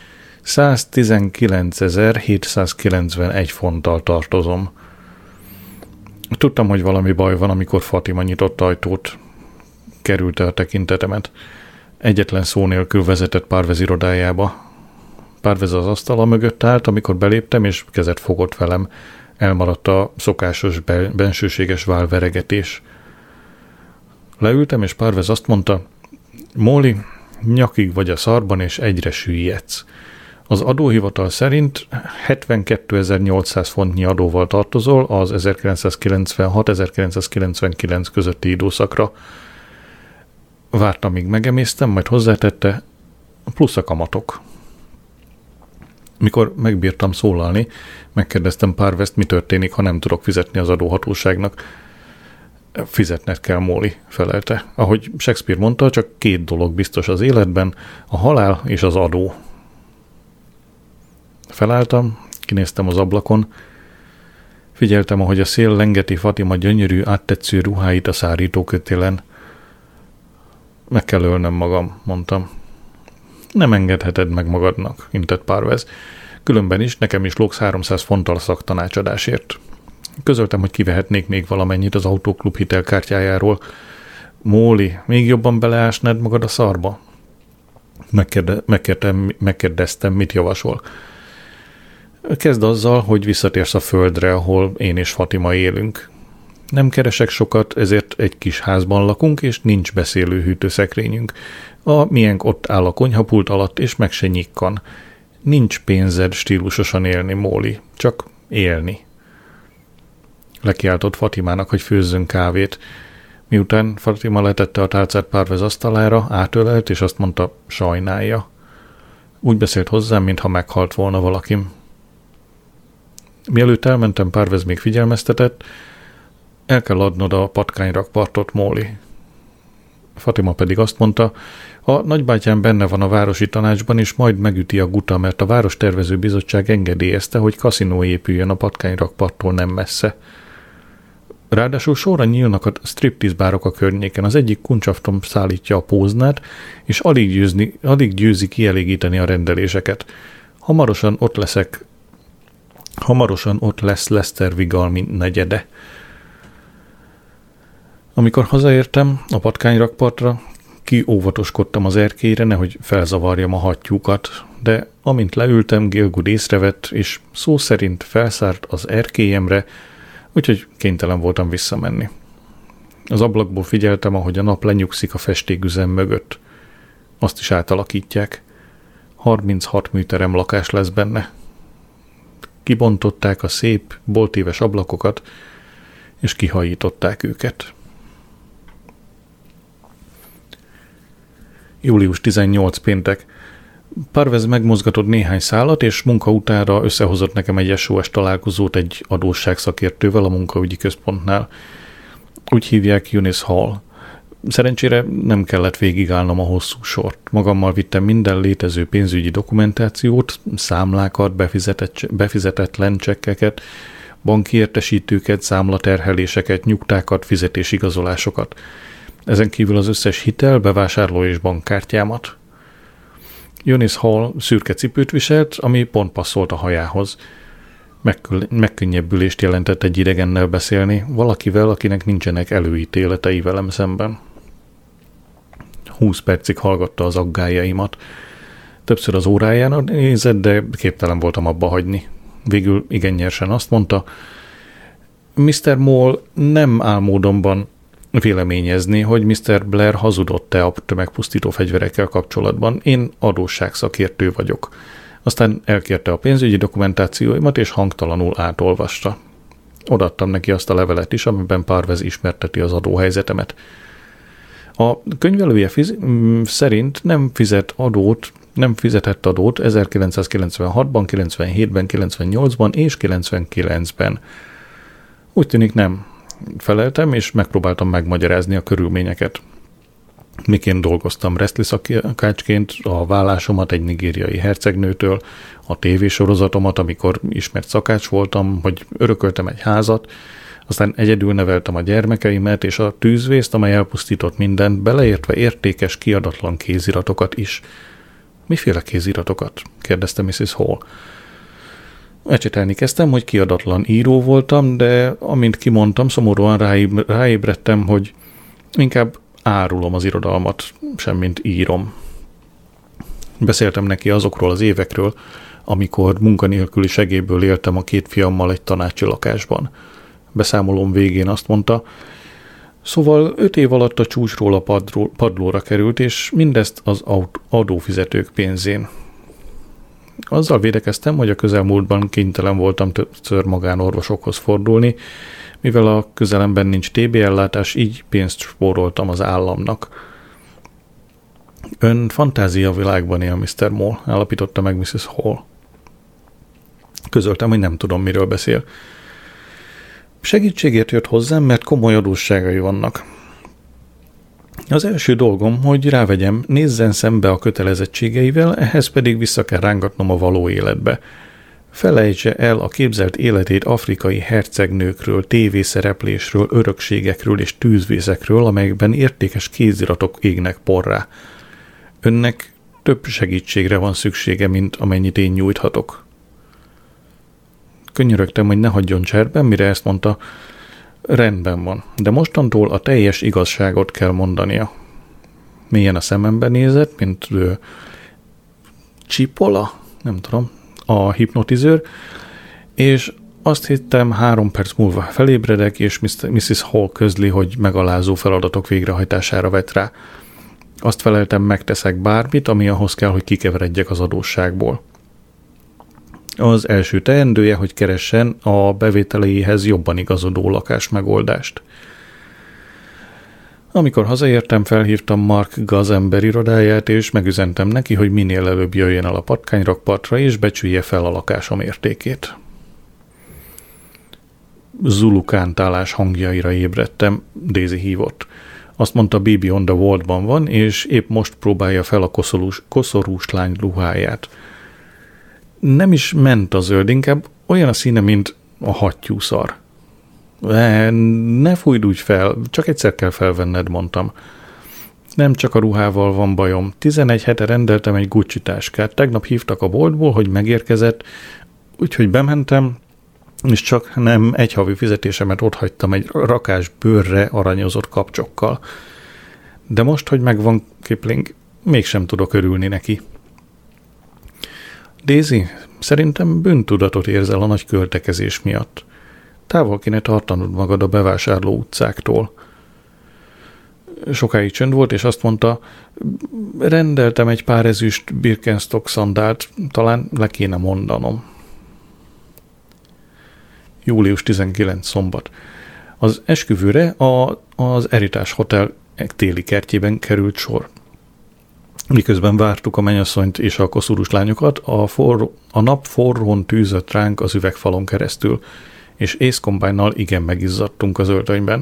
119.791 fonttal tartozom. Tudtam, hogy valami baj van, amikor Fatima nyitott ajtót. Kerülte a tekintetemet. Egyetlen szó nélkül vezetett Parvez irodájába. Parvez az asztala mögött állt, amikor beléptem, és kezet fogott velem. Elmaradt a szokásos bensőséges válveregetés. Leültem, és Parvez azt mondta, Móli, nyakig vagy a szarban, és egyre süllyedsz. Az adóhivatal szerint 72.800 fontnyi adóval tartozol az 1996-1999 közötti időszakra. Vártam, míg megemésztem, majd hozzátette, plusz a kamatok. Mikor megbírtam szólalni, megkérdeztem Parvezt, mi történik, ha nem tudok fizetni az adóhatóságnak. Fizetned kell, Móli, felelte. Ahogy Shakespeare mondta, csak 2 dolog biztos az életben, a halál és az adó. Felálltam, kinéztem az ablakon, figyeltem, ahogy a szél lengeti Fatima gyönyörű, áttetsző ruháit a szárítókötélen. Meg kell ölnöm magam, mondtam. Nem engedheted meg magadnak, intett Parvez. Különben is, nekem is lógsz 300 fonttal a szaktanácsadásért. Közöltem, hogy kivehetnék még valamennyit az autóklub hitelkártyájáról. Móli, még jobban beleásnád magad a szarba? Megkérdeztem, mit javasol. Kezd azzal, hogy visszatérsz a földre, ahol én és Fatima élünk. Nem keresek sokat, ezért egy kis házban lakunk, és nincs beszélő hűtőszekrényünk. A miénk ott áll a konyhapult alatt, és meg se nyikkan. Nincs pénzed stílusosan élni, Móli, csak élni. Lekiáltott Fatimának, hogy főzzön kávét. Miután Fatima letette a tálcát Parvez asztalára, átölelt, és azt mondta, sajnálja. Úgy beszélt hozzám, mintha meghalt volna valakim. Mielőtt elmentem, Parvez még figyelmeztetett, el kell adnod a patkányrakpartot, Molly. Fatima pedig azt mondta, a nagybátyám benne van a városi tanácsban, és majd megüti a guta, mert a várostervező bizottság engedélyezte, hogy kaszinó épüljön a patkányrakparttól nem messze. Ráadásul sorra nyílnak a striptease bárok a környéken, az egyik kuncsaftom szállítja a póznát, és alig győzi kielégíteni a rendeléseket. Hamarosan ott lesz Lester Vigalmi negyede. Amikor hazaértem a patkányrakpartra, kióvatoskodtam az erkélyre, nehogy felzavarjam a hattyúkat, de amint leültem, Gilgud észrevett, és szó szerint felszárt az erkélyemre, úgyhogy kénytelen voltam visszamenni. Az ablakból figyeltem, ahogy a nap lenyugszik a festéküzem mögött. Azt is átalakítják. 36 műterem lakás lesz benne. Kibontották a szép, boltíves ablakokat, és kihajították őket. Július 18 péntek. Parvez megmozgatott néhány szálat, és munka utánra összehozott nekem egy SOS találkozót egy adósságszakértővel a munkaügyi központnál. Úgy hívják Eunice Hall. Szerencsére nem kellett végigállnom a hosszú sort. Magammal vittem minden létező pénzügyi dokumentációt, számlákat, befizetetlen csekkeket, banki értesítőket, számlaterheléseket, nyugtákat, fizetésigazolásokat. Ezen kívül az összes hitel, bevásárló és bankkártyámat. Eunice Hall szürke cipőt viselt, ami pont passzolt a hajához. Megkönnyebbülést jelentett egy idegennel beszélni, valakivel, akinek nincsenek előítéletei velem szemben. 20 percig hallgatta az aggájaimat. Többször az óráján nézett, de képtelen voltam abba hagyni. Végül igen nyersen azt mondta, Mr. Moll nem áll módonban véleményezni, hogy Mr. Blair hazudott-e a tömegpusztító fegyverekkel kapcsolatban. Én adósságszakértő vagyok. Aztán elkérte a pénzügyi dokumentációimat, és hangtalanul átolvasta. Odaadtam neki azt a levelet is, amiben Parvez ismerteti az adóhelyzetemet. A könyvelője szerint nem fizetett adót 1996-ban, 97-ben, 98-ban és 99-ben. Úgy tűnik nem. Feleltem, és megpróbáltam megmagyarázni a körülményeket. Miként dolgoztam wrestling szakácsként, a vállásomat egy nigériai hercegnőtől, a tévésorozatomat, amikor ismert szakács voltam, hogy örököltem egy házat, aztán egyedül neveltem a gyermekeimet, és a tűzvészt, amely elpusztított mindent, beleértve értékes, kiadatlan kéziratokat is. Miféle kéziratokat? Kérdezte Mrs. Hall. Ecsetelni kezdtem, hogy kiadatlan író voltam, de amint kimondtam, szomorúan ráébredtem, hogy inkább árulom az irodalmat, semmint írom. Beszéltem neki azokról az évekről, amikor munkanélküli segélyből éltem a 2 fiammal egy tanácsi lakásban. Beszámolom végén azt mondta, szóval 5 év alatt a csúcsról a padlóra került, és mindezt az adófizetők pénzén. Azzal védekeztem, hogy a közelmúltban kénytelen voltam többször magánorvosokhoz fordulni, mivel a közelemben nincs TB ellátás, így pénzt spóroltam az államnak. Ön fantázia világban él, Mr. Moll, állapította meg Mrs. Hall. Közöltem, hogy nem tudom, miről beszél. Segítségért jött hozzám, mert komoly adósságai vannak. Az első dolgom, hogy rávegyem, nézzen szembe a kötelezettségeivel, ehhez pedig vissza kell rángatnom a való életbe. Felejtse el a képzelt életét afrikai hercegnőkről, tévészereplésről, örökségekről és tűzvészekről, amelyekben értékes kéziratok égnek porrá. Önnek több segítségre van szüksége, mint amennyit én nyújthatok. Könyörögtem, hogy ne hagyjon cserben, mire ezt mondta, rendben van, de mostantól a teljes igazságot kell mondania. Mélyen a szemembe nézett, mint Csipola, nem tudom, a hipnotizőr, és azt hittem, 3 perc múlva felébredek, és Mrs. Hall közli, hogy megalázó feladatok végrehajtására vett rá. Azt feleltem, megteszek bármit, ami ahhoz kell, hogy kikeveredjek az adósságból. Az első teendője, hogy keressen a bevételeihez jobban igazodó lakásmegoldást. Amikor hazaértem, felhívtam Mark gazember irodáját, és megüzentem neki, hogy minél előbb jöjjön el a patkányrakpartra, és becsülje fel a lakásom értékét. Zulu kántálás hangjaira ébredtem, Daisy hívott. Azt mondta, Baby on the Vault-ban van, és épp most próbálja fel a koszorús lány ruháját. Nem is ment a zöld, inkább olyan a színe, mint a hattyúszar. Ne fújd úgy fel, csak egyszer kell felvenned, mondtam. Nem csak a ruhával van bajom. 11 hete rendeltem egy Gucci táskát. Tegnap hívtak a boltból, hogy megérkezett, úgyhogy bementem, és csak nem egy havi fizetésemet otthagytam egy rakás bőrre aranyozott kapcsokkal. De most, hogy megvan Kipling, mégsem tudok örülni neki. Daisy, szerintem bűntudatot érzel a nagy költekezés miatt. Távol kéne tartanod magad a bevásárló utcáktól. Sokáig csönd volt, és azt mondta, rendeltem egy pár ezüst Birkenstock szandált, talán le kéne mondanom. Július 19. szombat. Az esküvőre az Eritás Hotel téli kertjében került sor. Miközben vártuk a mennyasszonyt és a koszorús lányokat, a nap forrón tűzött ránk az üvegfalon keresztül, és Ace Combine-nal igen megizzadtunk az öltönyben.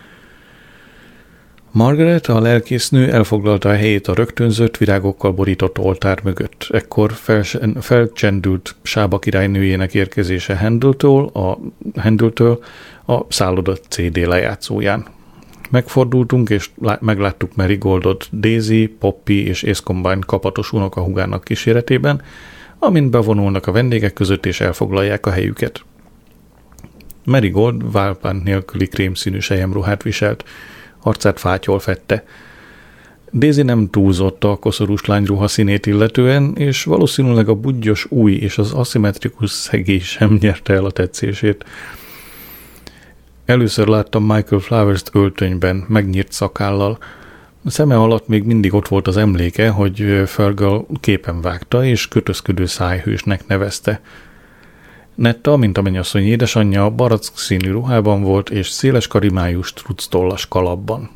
Margaret, a lelkésznő elfoglalta a helyét a rögtönzött, virágokkal borított oltár mögött. Ekkor felcsendült Sába királynőjének érkezése Handel-től a szálloda CD lejátszóján. Megfordultunk, és megláttuk Marigoldot Daisy, Poppy és Ace Combine kapatos unokahúgának kíséretében, amint bevonulnak a vendégek között és elfoglalják a helyüket. Marigold válpánt nélküli krémszínű selyemruhát viselt, arcát fátyol fette. Daisy nem túlzott a koszorús lány ruhaszínét illetően, és valószínűleg a budgyos új és az aszimmetrikus szegély sem nyerte el a tetszését. Először láttam Michael Flowers-t öltönyben, megnyírt szakállal. A szeme alatt még mindig ott volt az emléke, hogy Fergal képen vágta, és kötözködő szájhősnek nevezte. Netta, mint a mennyasszony édesanyja, barack színű ruhában volt, és széles karimájú structollas kalapban.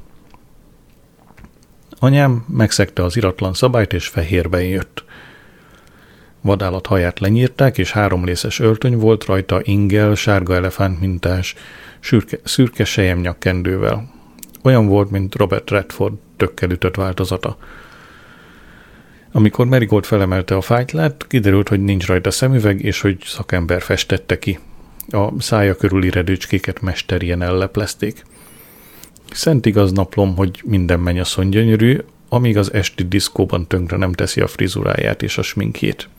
Anyám megszegte az iratlan szabályt, és fehérben jött. Vadállat haját lenyírták, és 3 részes öltöny volt rajta ingel, sárga elefánt mintás, szürke selyemnyakkendővel. Olyan volt, mint Robert Redford tökkel ütött változata. Amikor Marigold felemelte a fájtlát, kiderült, hogy nincs rajta szemüveg, és hogy szakember festette ki. A szája körüli redőcskéket mesterien elleplezték. Szent igaz naplom, hogy minden mennyasszony gyönyörű, amíg az esti diszkóban tönkre nem teszi a frizuráját és a sminkjét.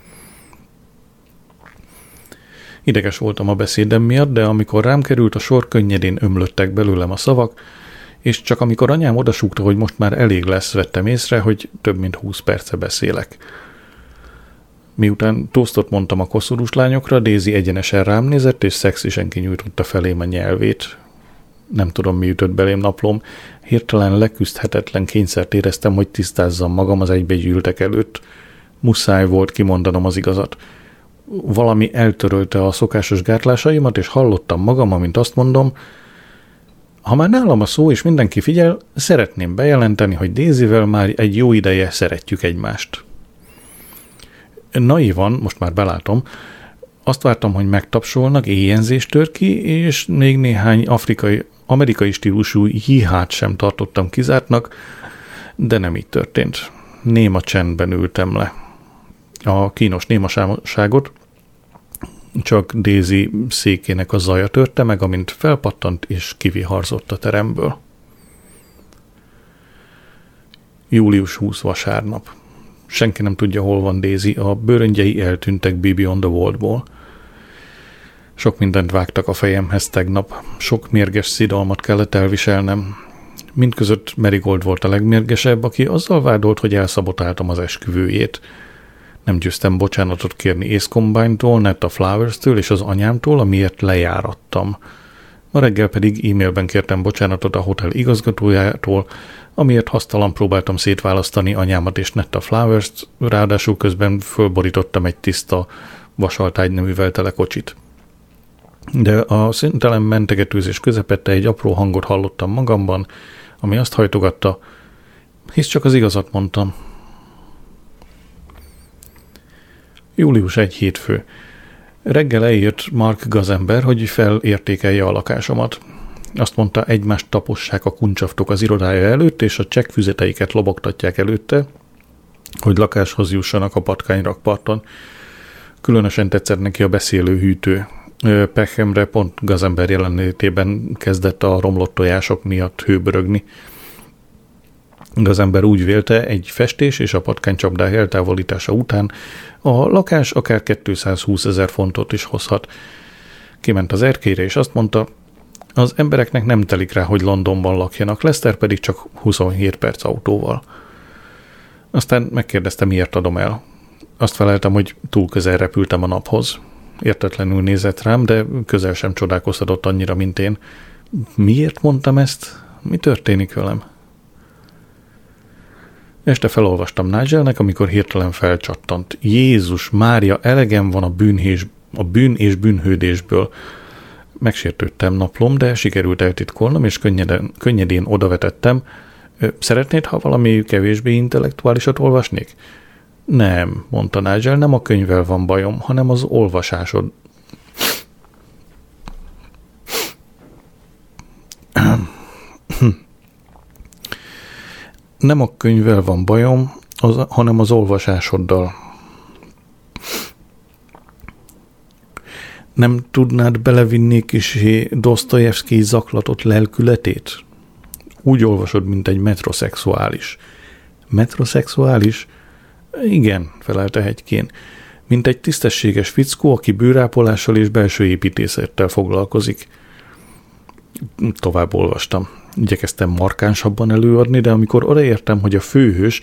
Ideges voltam a beszédem miatt, de amikor rám került a sor, könnyedén ömlöttek belőlem a szavak, és csak amikor anyám odasúgta, hogy most már elég lesz, vettem észre, hogy több mint 20 perce beszélek. Miután tosztot mondtam a koszorús lányokra, Daisy egyenesen rám nézett, és szexisen kinyújtotta felém a nyelvét. Nem tudom, mi ütött belém naplom. Hirtelen leküzdhetetlen kényszert éreztem, hogy tisztázzam magam az egybegyűltek előtt. Muszáj volt kimondanom az igazat. Valami eltörölte a szokásos gátlásaimat, és hallottam magam, amint azt mondom, ha már nálam a szó, és mindenki figyel, szeretném bejelenteni, hogy Daisyvel már egy jó ideje szeretjük egymást. Naívan, most már belátom, azt vártam, hogy megtapsolnak, éjjenzés tör ki, és még néhány amerikai stílusú híhát sem tartottam kizártnak, de nem így történt. Néma csendben ültem le. A kínos némaságot csak Daisy székének a zaja törte meg, amint felpattant és kiviharzott a teremből. Július 20 vasárnap. Senki nem tudja, hol van Daisy, a bőröngyei eltűntek Baby on the Vault-ból. Sok mindent vágtak a fejemhez tegnap, sok mérges szidalmat kellett elviselnem. Mindközött Marigold volt a legmérgesebb, aki azzal vádolt, hogy elszabotáltam az esküvőjét. Nem győztem bocsánatot kérni Ace Combine-tól, Netta Flowers-től és az anyámtól, amiért lejárattam. Ma reggel pedig e-mailben kértem bocsánatot a hotel igazgatójától, amiért hasztalan próbáltam szétválasztani anyámat és Netta Flowers-t, ráadásul közben fölborítottam egy tiszta vasaltágy neművel tele kocsit. De a szüntelen mentegetőzés közepette egy apró hangot hallottam magamban, ami azt hajtogatta, hisz csak az igazat mondtam. Július 1 hétfő. Reggel eljött Mark gazember, hogy felértékelje a lakásomat. Azt mondta, egymást tapossák a kuncsaftok az irodája előtt, és a csekkfüzeteiket lobogtatják előtte, hogy lakáshoz jussanak a patkányrakparton. Különösen tetszett neki a beszélő hűtő. Pechemre pont gazember jelenlétében kezdett a romlott tojások miatt hőbörögni. Gazember úgy vélte, egy festés és a patkánycsapdák eltávolítása után a lakás akár 220 000 fontot is hozhat. Kiment az erkélyre, és azt mondta, az embereknek nem telik rá, hogy Londonban lakjanak, Lester pedig csak 27 perc autóval. Aztán megkérdezte, miért adom el. Azt feleltem, hogy túl közel repültem a naphoz. Értetlenül nézett rám, de közel sem csodálkoztatott annyira, mint én. Miért mondtam ezt? Mi történik velem? Este felolvastam Nigelnek, amikor hirtelen felcsattant. Jézus Mária, elegem van a bűn és bűnhődésből. Megsértődtem naplom, de sikerült eltitkolnom, és könnyedén odavetettem. Szeretnéd, ha valami kevésbé intellektuálisat olvasnék? Nem, mondta Nigel, nem a könyvvel van bajom, hanem az olvasásod. Nem a könyvvel van bajom, hanem az olvasásoddal. Nem tudnád belevinni kisé Dosztojevszkij zaklatott lelkületét? Úgy olvasod, mint egy metroszexuális. Metroszexuális? Igen, felelte Hegykén. Mint egy tisztességes fickó, aki bőrápolással és belső építészettel foglalkozik. Tovább olvastam. Igyekeztem markánsabban előadni, de amikor odaértem, hogy a főhős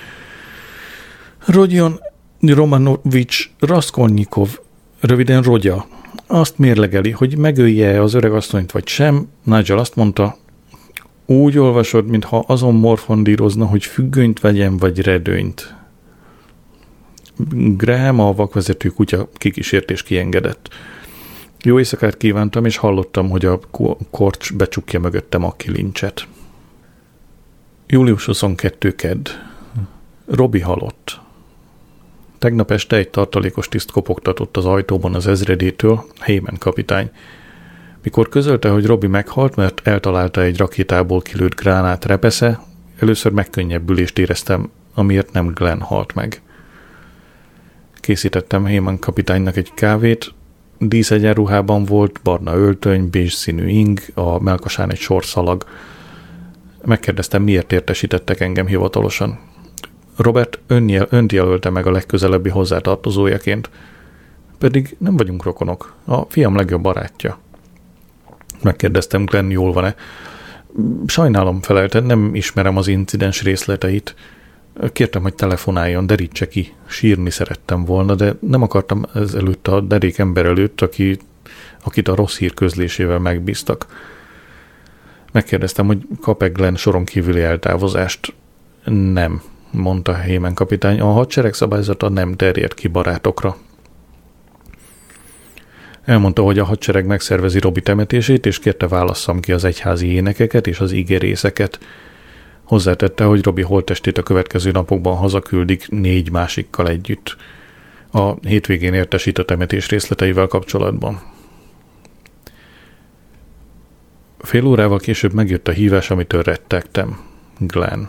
Rodion Romanovics Raskolnikov, röviden Rodya, azt mérlegeli, hogy megölje az öregasszonyt vagy sem, Nigel azt mondta, úgy olvasod, mintha azon morfondírozna, hogy függönyt vegyen vagy redőnyt. Graham, a vakvezető kutya kikísért és kiengedett. Jó éjszakát kívántam, és hallottam, hogy a korcs becsukja mögöttem a kilincset. Július 22. kedd. Robi halott. Tegnap este egy tartalékos tiszt kopogtatott az ajtóban az ezredétől, Heyman kapitány. Mikor közölte, hogy Robi meghalt, mert eltalálta egy rakétából kilőtt gránát repesze, először megkönnyebbülést éreztem, amiért nem Glenn halt meg. Készítettem Heyman kapitánynak egy kávét, díszegyenruhában volt, barna öltöny, bézs színű ing, a mellkasán egy sor szalag. Megkérdeztem, miért értesítettek engem hivatalosan. Robert önt jelölte meg a legközelebbi hozzátartozójaként. Pedig nem vagyunk rokonok. A fiam legjobb barátja. Megkérdeztem, Glenn jól van-e. Sajnálom, felelte, nem ismerem az incidens részleteit. Kértem, hogy telefonáljon, derítse ki. Sírni szerettem volna, de nem akartam ezelőtt a derék ember előtt, akit a rossz hír közlésével megbíztak. Megkérdeztem, hogy kap-e Glenn soron kívüli eltávozást. Nem, mondta Heyman kapitány, a hadsereg szabályzata nem terjed ki barátokra. Elmondta, hogy a hadsereg megszervezi Robi temetését, és kérte válasszam ki az egyházi énekeket és az igerészeket. Hozzátette, hogy Robi holttestét a következő napokban hazaküldik 4 másikkal együtt. A hétvégén értesít a temetés részleteivel kapcsolatban. Fél órával később megjött a hívás, amitől rettegtem. Glenn.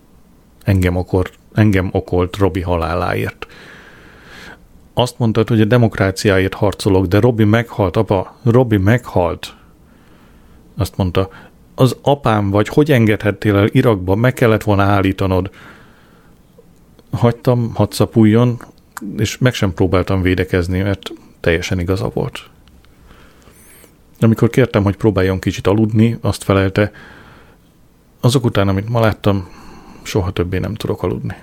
Engem okolt Robi haláláért. Azt mondtad, hogy a demokráciáért harcolok, de Robi meghalt, apa. Robi meghalt. Azt mondta, az apám vagy, hogy engedhettél el Irakba, meg kellett volna állítanod. Hagytam, hadd szapuljon, és meg sem próbáltam védekezni, mert teljesen igaza volt. Amikor kértem, hogy próbáljon kicsit aludni, azt felelte, azok után, amit ma láttam, soha többé nem tudok aludni.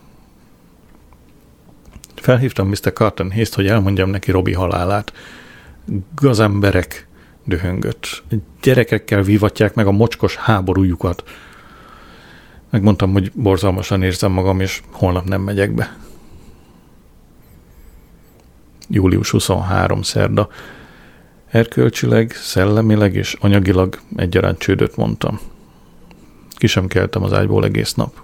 Felhívtam Mr. Carton Hayes-t, hogy elmondjam neki Robi halálát. Gazemberek, dühöngött. Gyerekekkel vívatják meg a mocskos háborújukat. Megmondtam, hogy borzalmasan érzem magam, és holnap nem megyek be. Július 23 szerda. Erkölcsileg, szellemileg és anyagilag egyaránt csődöt mondtam. Ki sem keltem az ágyból egész nap.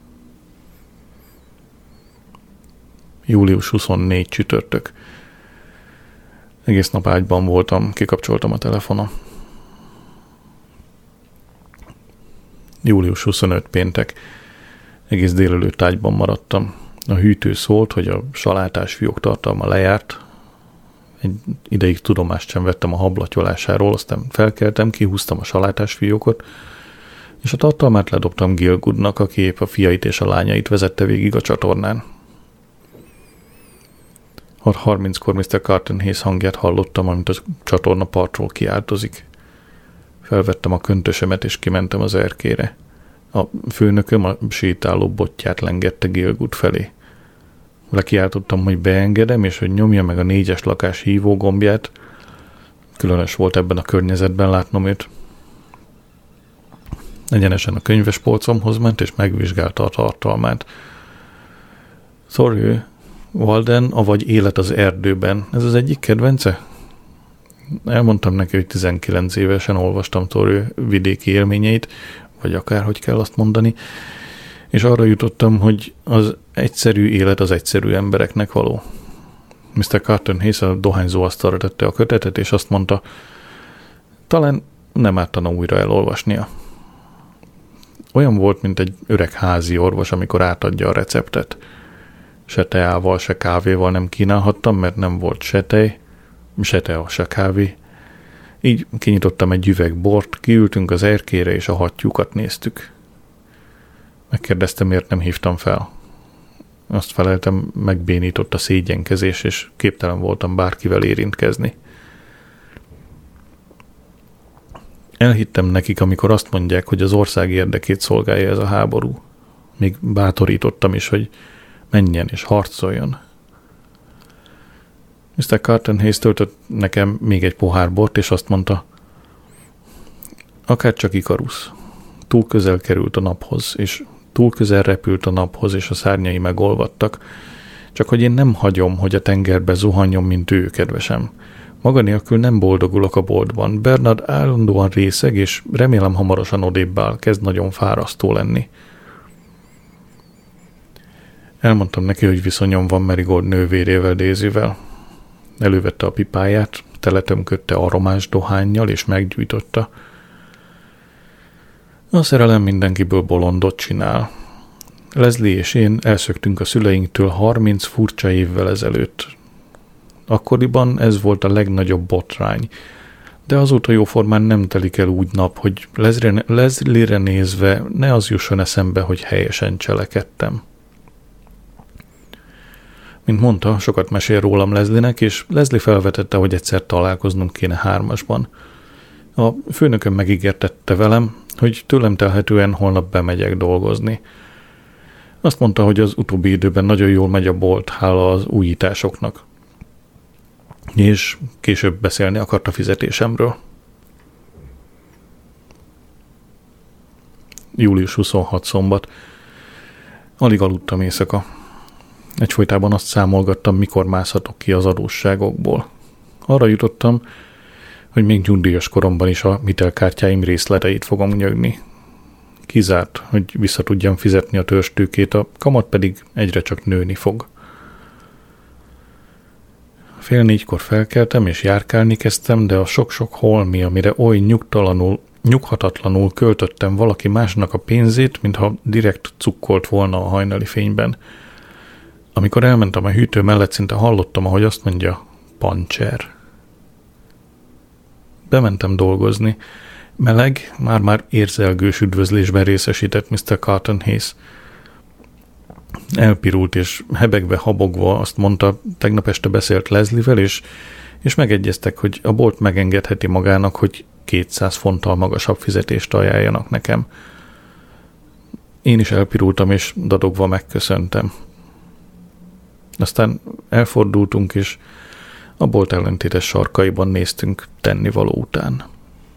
Július 24 csütörtök. Egész nap ágyban voltam, kikapcsoltam a telefonom. Július 25 péntek. Egész délelőtt ágyban maradtam. A hűtő szólt, hogy a salátás fiók tartalma lejárt. Egy ideig tudomást sem vettem a hablatyolásáról, aztán felkeltem, kihúztam a salátás fiókot, és a tartalmát ledobtam Gielgudnak, aki épp a fiait és a lányait vezette végig a csatornán. 6:30-kor Mr. Carton-Hayes hangját hallottam, amint a csatorna partról kiáltozik. Felvettem a köntösemet, és kimentem az erkére. A főnököm a sétáló botját lengette Gielgud felé. Lekiáltottam, hogy beengedem, és hogy nyomja meg a 4-es lakás hívógombját. Különös volt ebben a környezetben látnom őt. Egyenesen a könyvespolcomhoz ment, és megvizsgálta a tartalmát. Thoreau, Walden, avagy Élet az erdőben. Ez az egyik kedvence? Elmondtam neki, hogy 19 évesen olvastam Thoreau vidéki élményeit, vagy akárhogy kell azt mondani, és arra jutottam, hogy az egyszerű élet az egyszerű embereknek való. Mr. Carton-Hayes a dohányzó asztalra tette a kötetet, és azt mondta, talán nem ártana újra elolvasnia. Olyan volt, mint egy öreg házi orvos, amikor átadja a receptet. Se teával, se kávéval nem kínálhattam, mert nem volt se tej, se tea, se kávé. Így kinyitottam egy üveg bort, kiültünk az erkére, és a hattyúkat néztük. Megkérdeztem, miért nem hívtam fel. Azt feleltem, megbénított a szégyenkezés, és képtelen voltam bárkivel érintkezni. Elhittem nekik, amikor azt mondják, hogy az ország érdekét szolgálja ez a háború. Még bátorítottam is, hogy menjen és harcoljon. Mr. Carton-Hayes töltött nekem még egy pohár bort, és azt mondta, akárcsak Ikarusz, túl közel került a naphoz, és túl közel repült a naphoz, és a szárnyai megolvadtak, csak hogy én nem hagyom, hogy a tengerbe zuhanjon, mint ő, kedvesem. Maga nélkül nem boldogulok a boltban. Bernard állandóan részeg, és remélem hamarosan odébb áll, kezd nagyon fárasztó lenni. Elmondtam neki, hogy viszonyom van Marigold nővérével, Daisyvel. Elővette a pipáját, teletömködte aromás dohánnyal, és meggyújtotta. A szerelem mindenkiből bolondot csinál. Leslie és én elszöktünk a szüleinktől 30 furcsa évvel ezelőtt. Akkoriban ez volt a legnagyobb botrány, de azóta jóformán nem telik el úgy nap, hogy Leslie-re nézve ne az jusson eszembe, hogy helyesen cselekedtem. Mint mondta, sokat mesél rólam Leslie-nek, és Leslie felvetette, hogy egyszer találkoznunk kéne 3-asban. A főnököm megígértette velem, hogy tőlem telhetően holnap bemegyek dolgozni. Azt mondta, hogy az utóbbi időben nagyon jól megy a bolt, hála az újításoknak. És később beszélni akart a fizetésemről. Július 26 szombat. Alig aludtam éjszaka. Egyfolytában azt számolgattam, mikor mászhatok ki az adósságokból. Arra jutottam, hogy még nyugdíjas koromban is a hitelkártyáim részleteit fogom nyögni. Kizárt, hogy vissza tudjam fizetni a törstőkét, a kamat pedig egyre csak nőni fog. 3:30 felkeltem és járkálni kezdtem, de a sok-sok holmi, amire oly nyughatatlanul költöttem valaki másnak a pénzét, mintha direkt cukkolt volna a hajnali fényben. Amikor elmentem a hűtő mellett, szinte hallottam, ahogy azt mondja, pancser. Bementem dolgozni. Meleg, már-már érzelgős üdvözlésben részesített Mr. Carton-Hayes. Elpirult és hebegve, habogva azt mondta, tegnap este beszélt Leslie-vel, és megegyeztek, hogy a bolt megengedheti magának, hogy 200 fonttal magasabb fizetést ajánljanak nekem. Én is elpirultam, és dadogva megköszöntem. Aztán elfordultunk, és a bolt ellentétes sarkaiban néztünk tennivaló után.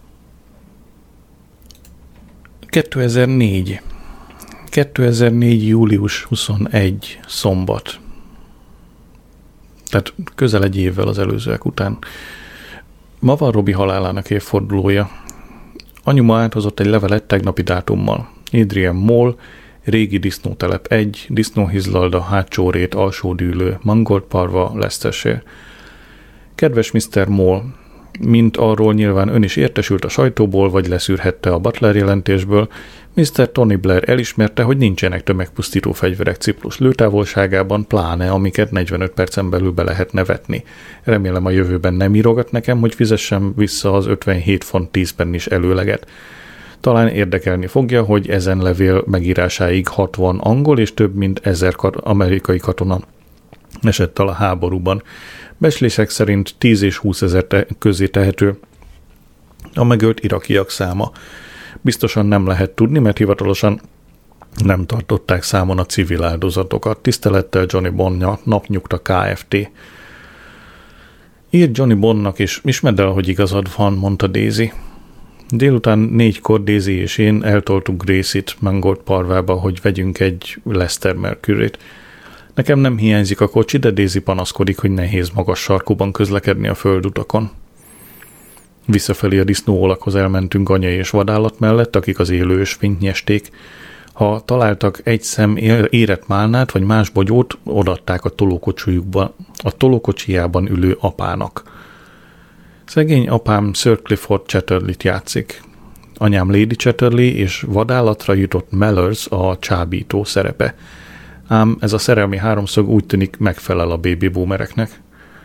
2004. július 21. szombat. Tehát közel egy évvel az előzőek után. Ma van Robbie halálának évfordulója. Anyu ma áthozott egy levelet tegnapi dátummal. Adrian Mole, régi disznótelep 1, disznóhizlalda, hátsó rét, alsó dűlő, Mangold Parva, Leicestershire. Kedves Mr. Mole, mint arról nyilván ön is értesült a sajtóból, vagy leszűrhette a Butler jelentésből, Mr. Tony Blair elismerte, hogy nincsenek tömegpusztító fegyverek Ciprus lőtávolságában, pláne amiket 45 percen belül be lehetne vetni. Remélem a jövőben nem írogat nekem, hogy fizessem vissza az 57 font 10 pennis előleget. Talán érdekelni fogja, hogy ezen levél megírásáig 60 angol és több mint 1000 amerikai katona esett el a háborúban. Becslések szerint 10 és 20 ezer közé tehető a megölt irakiak száma. Biztosan nem lehet tudni, mert hivatalosan nem tartották számon a civil áldozatokat. Tisztelettel Johnny Bond, napnyugta Kft. Írt Johnny Bondnak is, ismerd el, hogy igazad van, mondta Daisy. Délután 4-kor Daisy és én eltoltuk Gracie-t Mangold Parvába, hogy vegyünk egy Leicester Mercury-t. Nekem nem hiányzik a kocsi, de Daisy panaszkodik, hogy nehéz magas sarkúban közlekedni a földutakon. Visszafelé a disznóolakhoz elmentünk anya és vadállat mellett, akik az élő ösvényt nyesték. Ha találtak egy szem érett málnát vagy más bogyót, odaadták a tolókocsijában ülő apának. Szegény apám Sir Clifford Chatterley-t játszik. Anyám Lady Chatterley és vadállatra jutott Mellors a csábító szerepe. Ám ez a szerelmi háromszög úgy tűnik megfelel a baby boomereknek.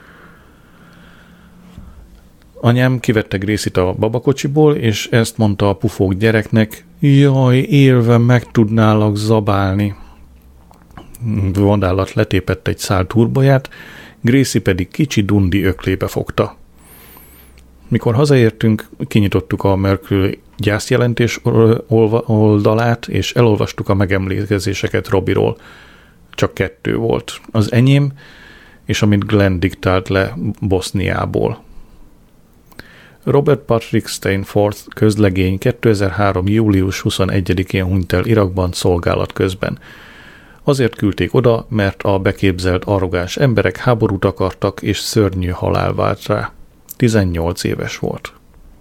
Anyám kivette Gracie-t a babakocsiból, és ezt mondta a pufók gyereknek, jaj, élve meg tudnálak zabálni. Vadállat letépett egy szál turboját, Gracie pedig kicsi dundi öklébe fogta. Mikor hazaértünk, kinyitottuk a Mercury gyászjelentés oldalát, és elolvastuk a megemlékezéseket Robbie-ról. Csak 2 volt. Az enyém, és amit Glenn diktált le Boszniából. Robert Patrick Stainforth közlegény 2003. július 21-én hunyt el Irakban szolgálat közben. Azért küldték oda, mert a beképzelt arrogáns emberek háborút akartak, és szörnyű halál várt rá. 18 éves volt.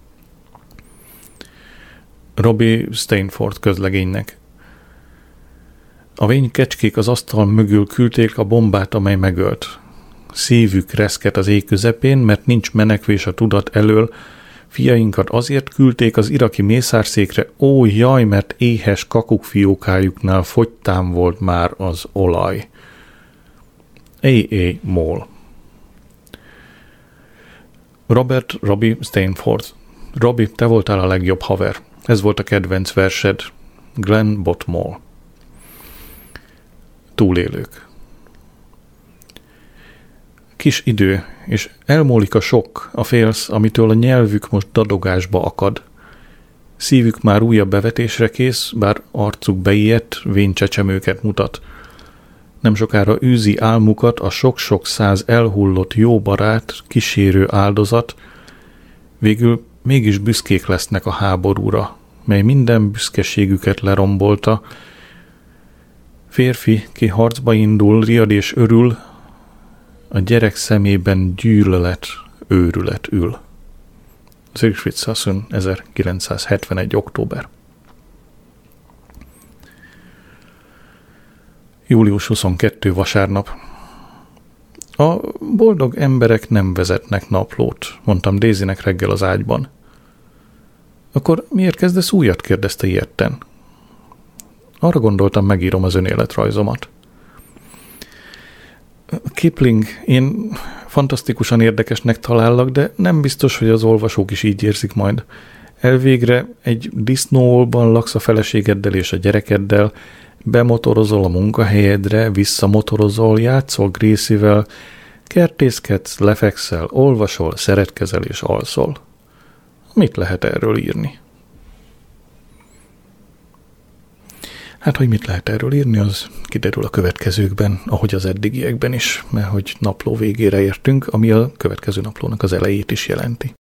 Robbie Stainforth közlegénynek. A vén kecskék az asztal mögül küldték a bombát, amely megölt. Szívük reszket az ég közepén, mert nincs menekvés a tudat elől. Fiainkat azért küldték az iraki mészárszékre, ó jaj, mert éhes kakukfiókájuknál fogytán volt már az olaj. A.A. Mole. Robert Robbie Stainforth. Robbie, te voltál a legjobb haver. Ez volt a kedvenc versed. Glenn Botmore. Túlélők. Kis idő, és elmúlik a sok, a félsz, amitől a nyelvük most dadogásba akad. Szívük már újabb bevetésre kész, bár arcuk beijedt, vénycsecsemőket mutat. Nem sokára űzi álmukat a sok-sok száz elhullott jó barát, kísérő áldozat, végül mégis büszkék lesznek a háborúra, mely minden büszkeségüket lerombolta. Férfi, ki harcba indul, riad és örül, a gyerek szemében gyűlölet, őrület ül. Siegfried Sassoon, 1971. október. Július 22. vasárnap. A boldog emberek nem vezetnek naplót, mondtam Daisynek reggel az ágyban. Akkor miért kezdesz újat? kérdezte ilyetten. Arra gondoltam, megírom az önéletrajzomat. Kipling, én fantasztikusan érdekesnek talállak, de nem biztos, hogy az olvasók is így érzik majd. Elvégre egy disznóolban laksz a feleségeddel és a gyerekeddel, bemotorozol a munkahelyedre, visszamotorozol, játszol Gracie-vel, kertészkedsz, lefekszel, olvasol, szeretkezel és alszol. Mit lehet erről írni? Hát, hogy mit lehet erről írni, az kiderül a következőkben, ahogy az eddigiekben is, mert hogy napló végére értünk, ami a következő naplónak az elejét is jelenti.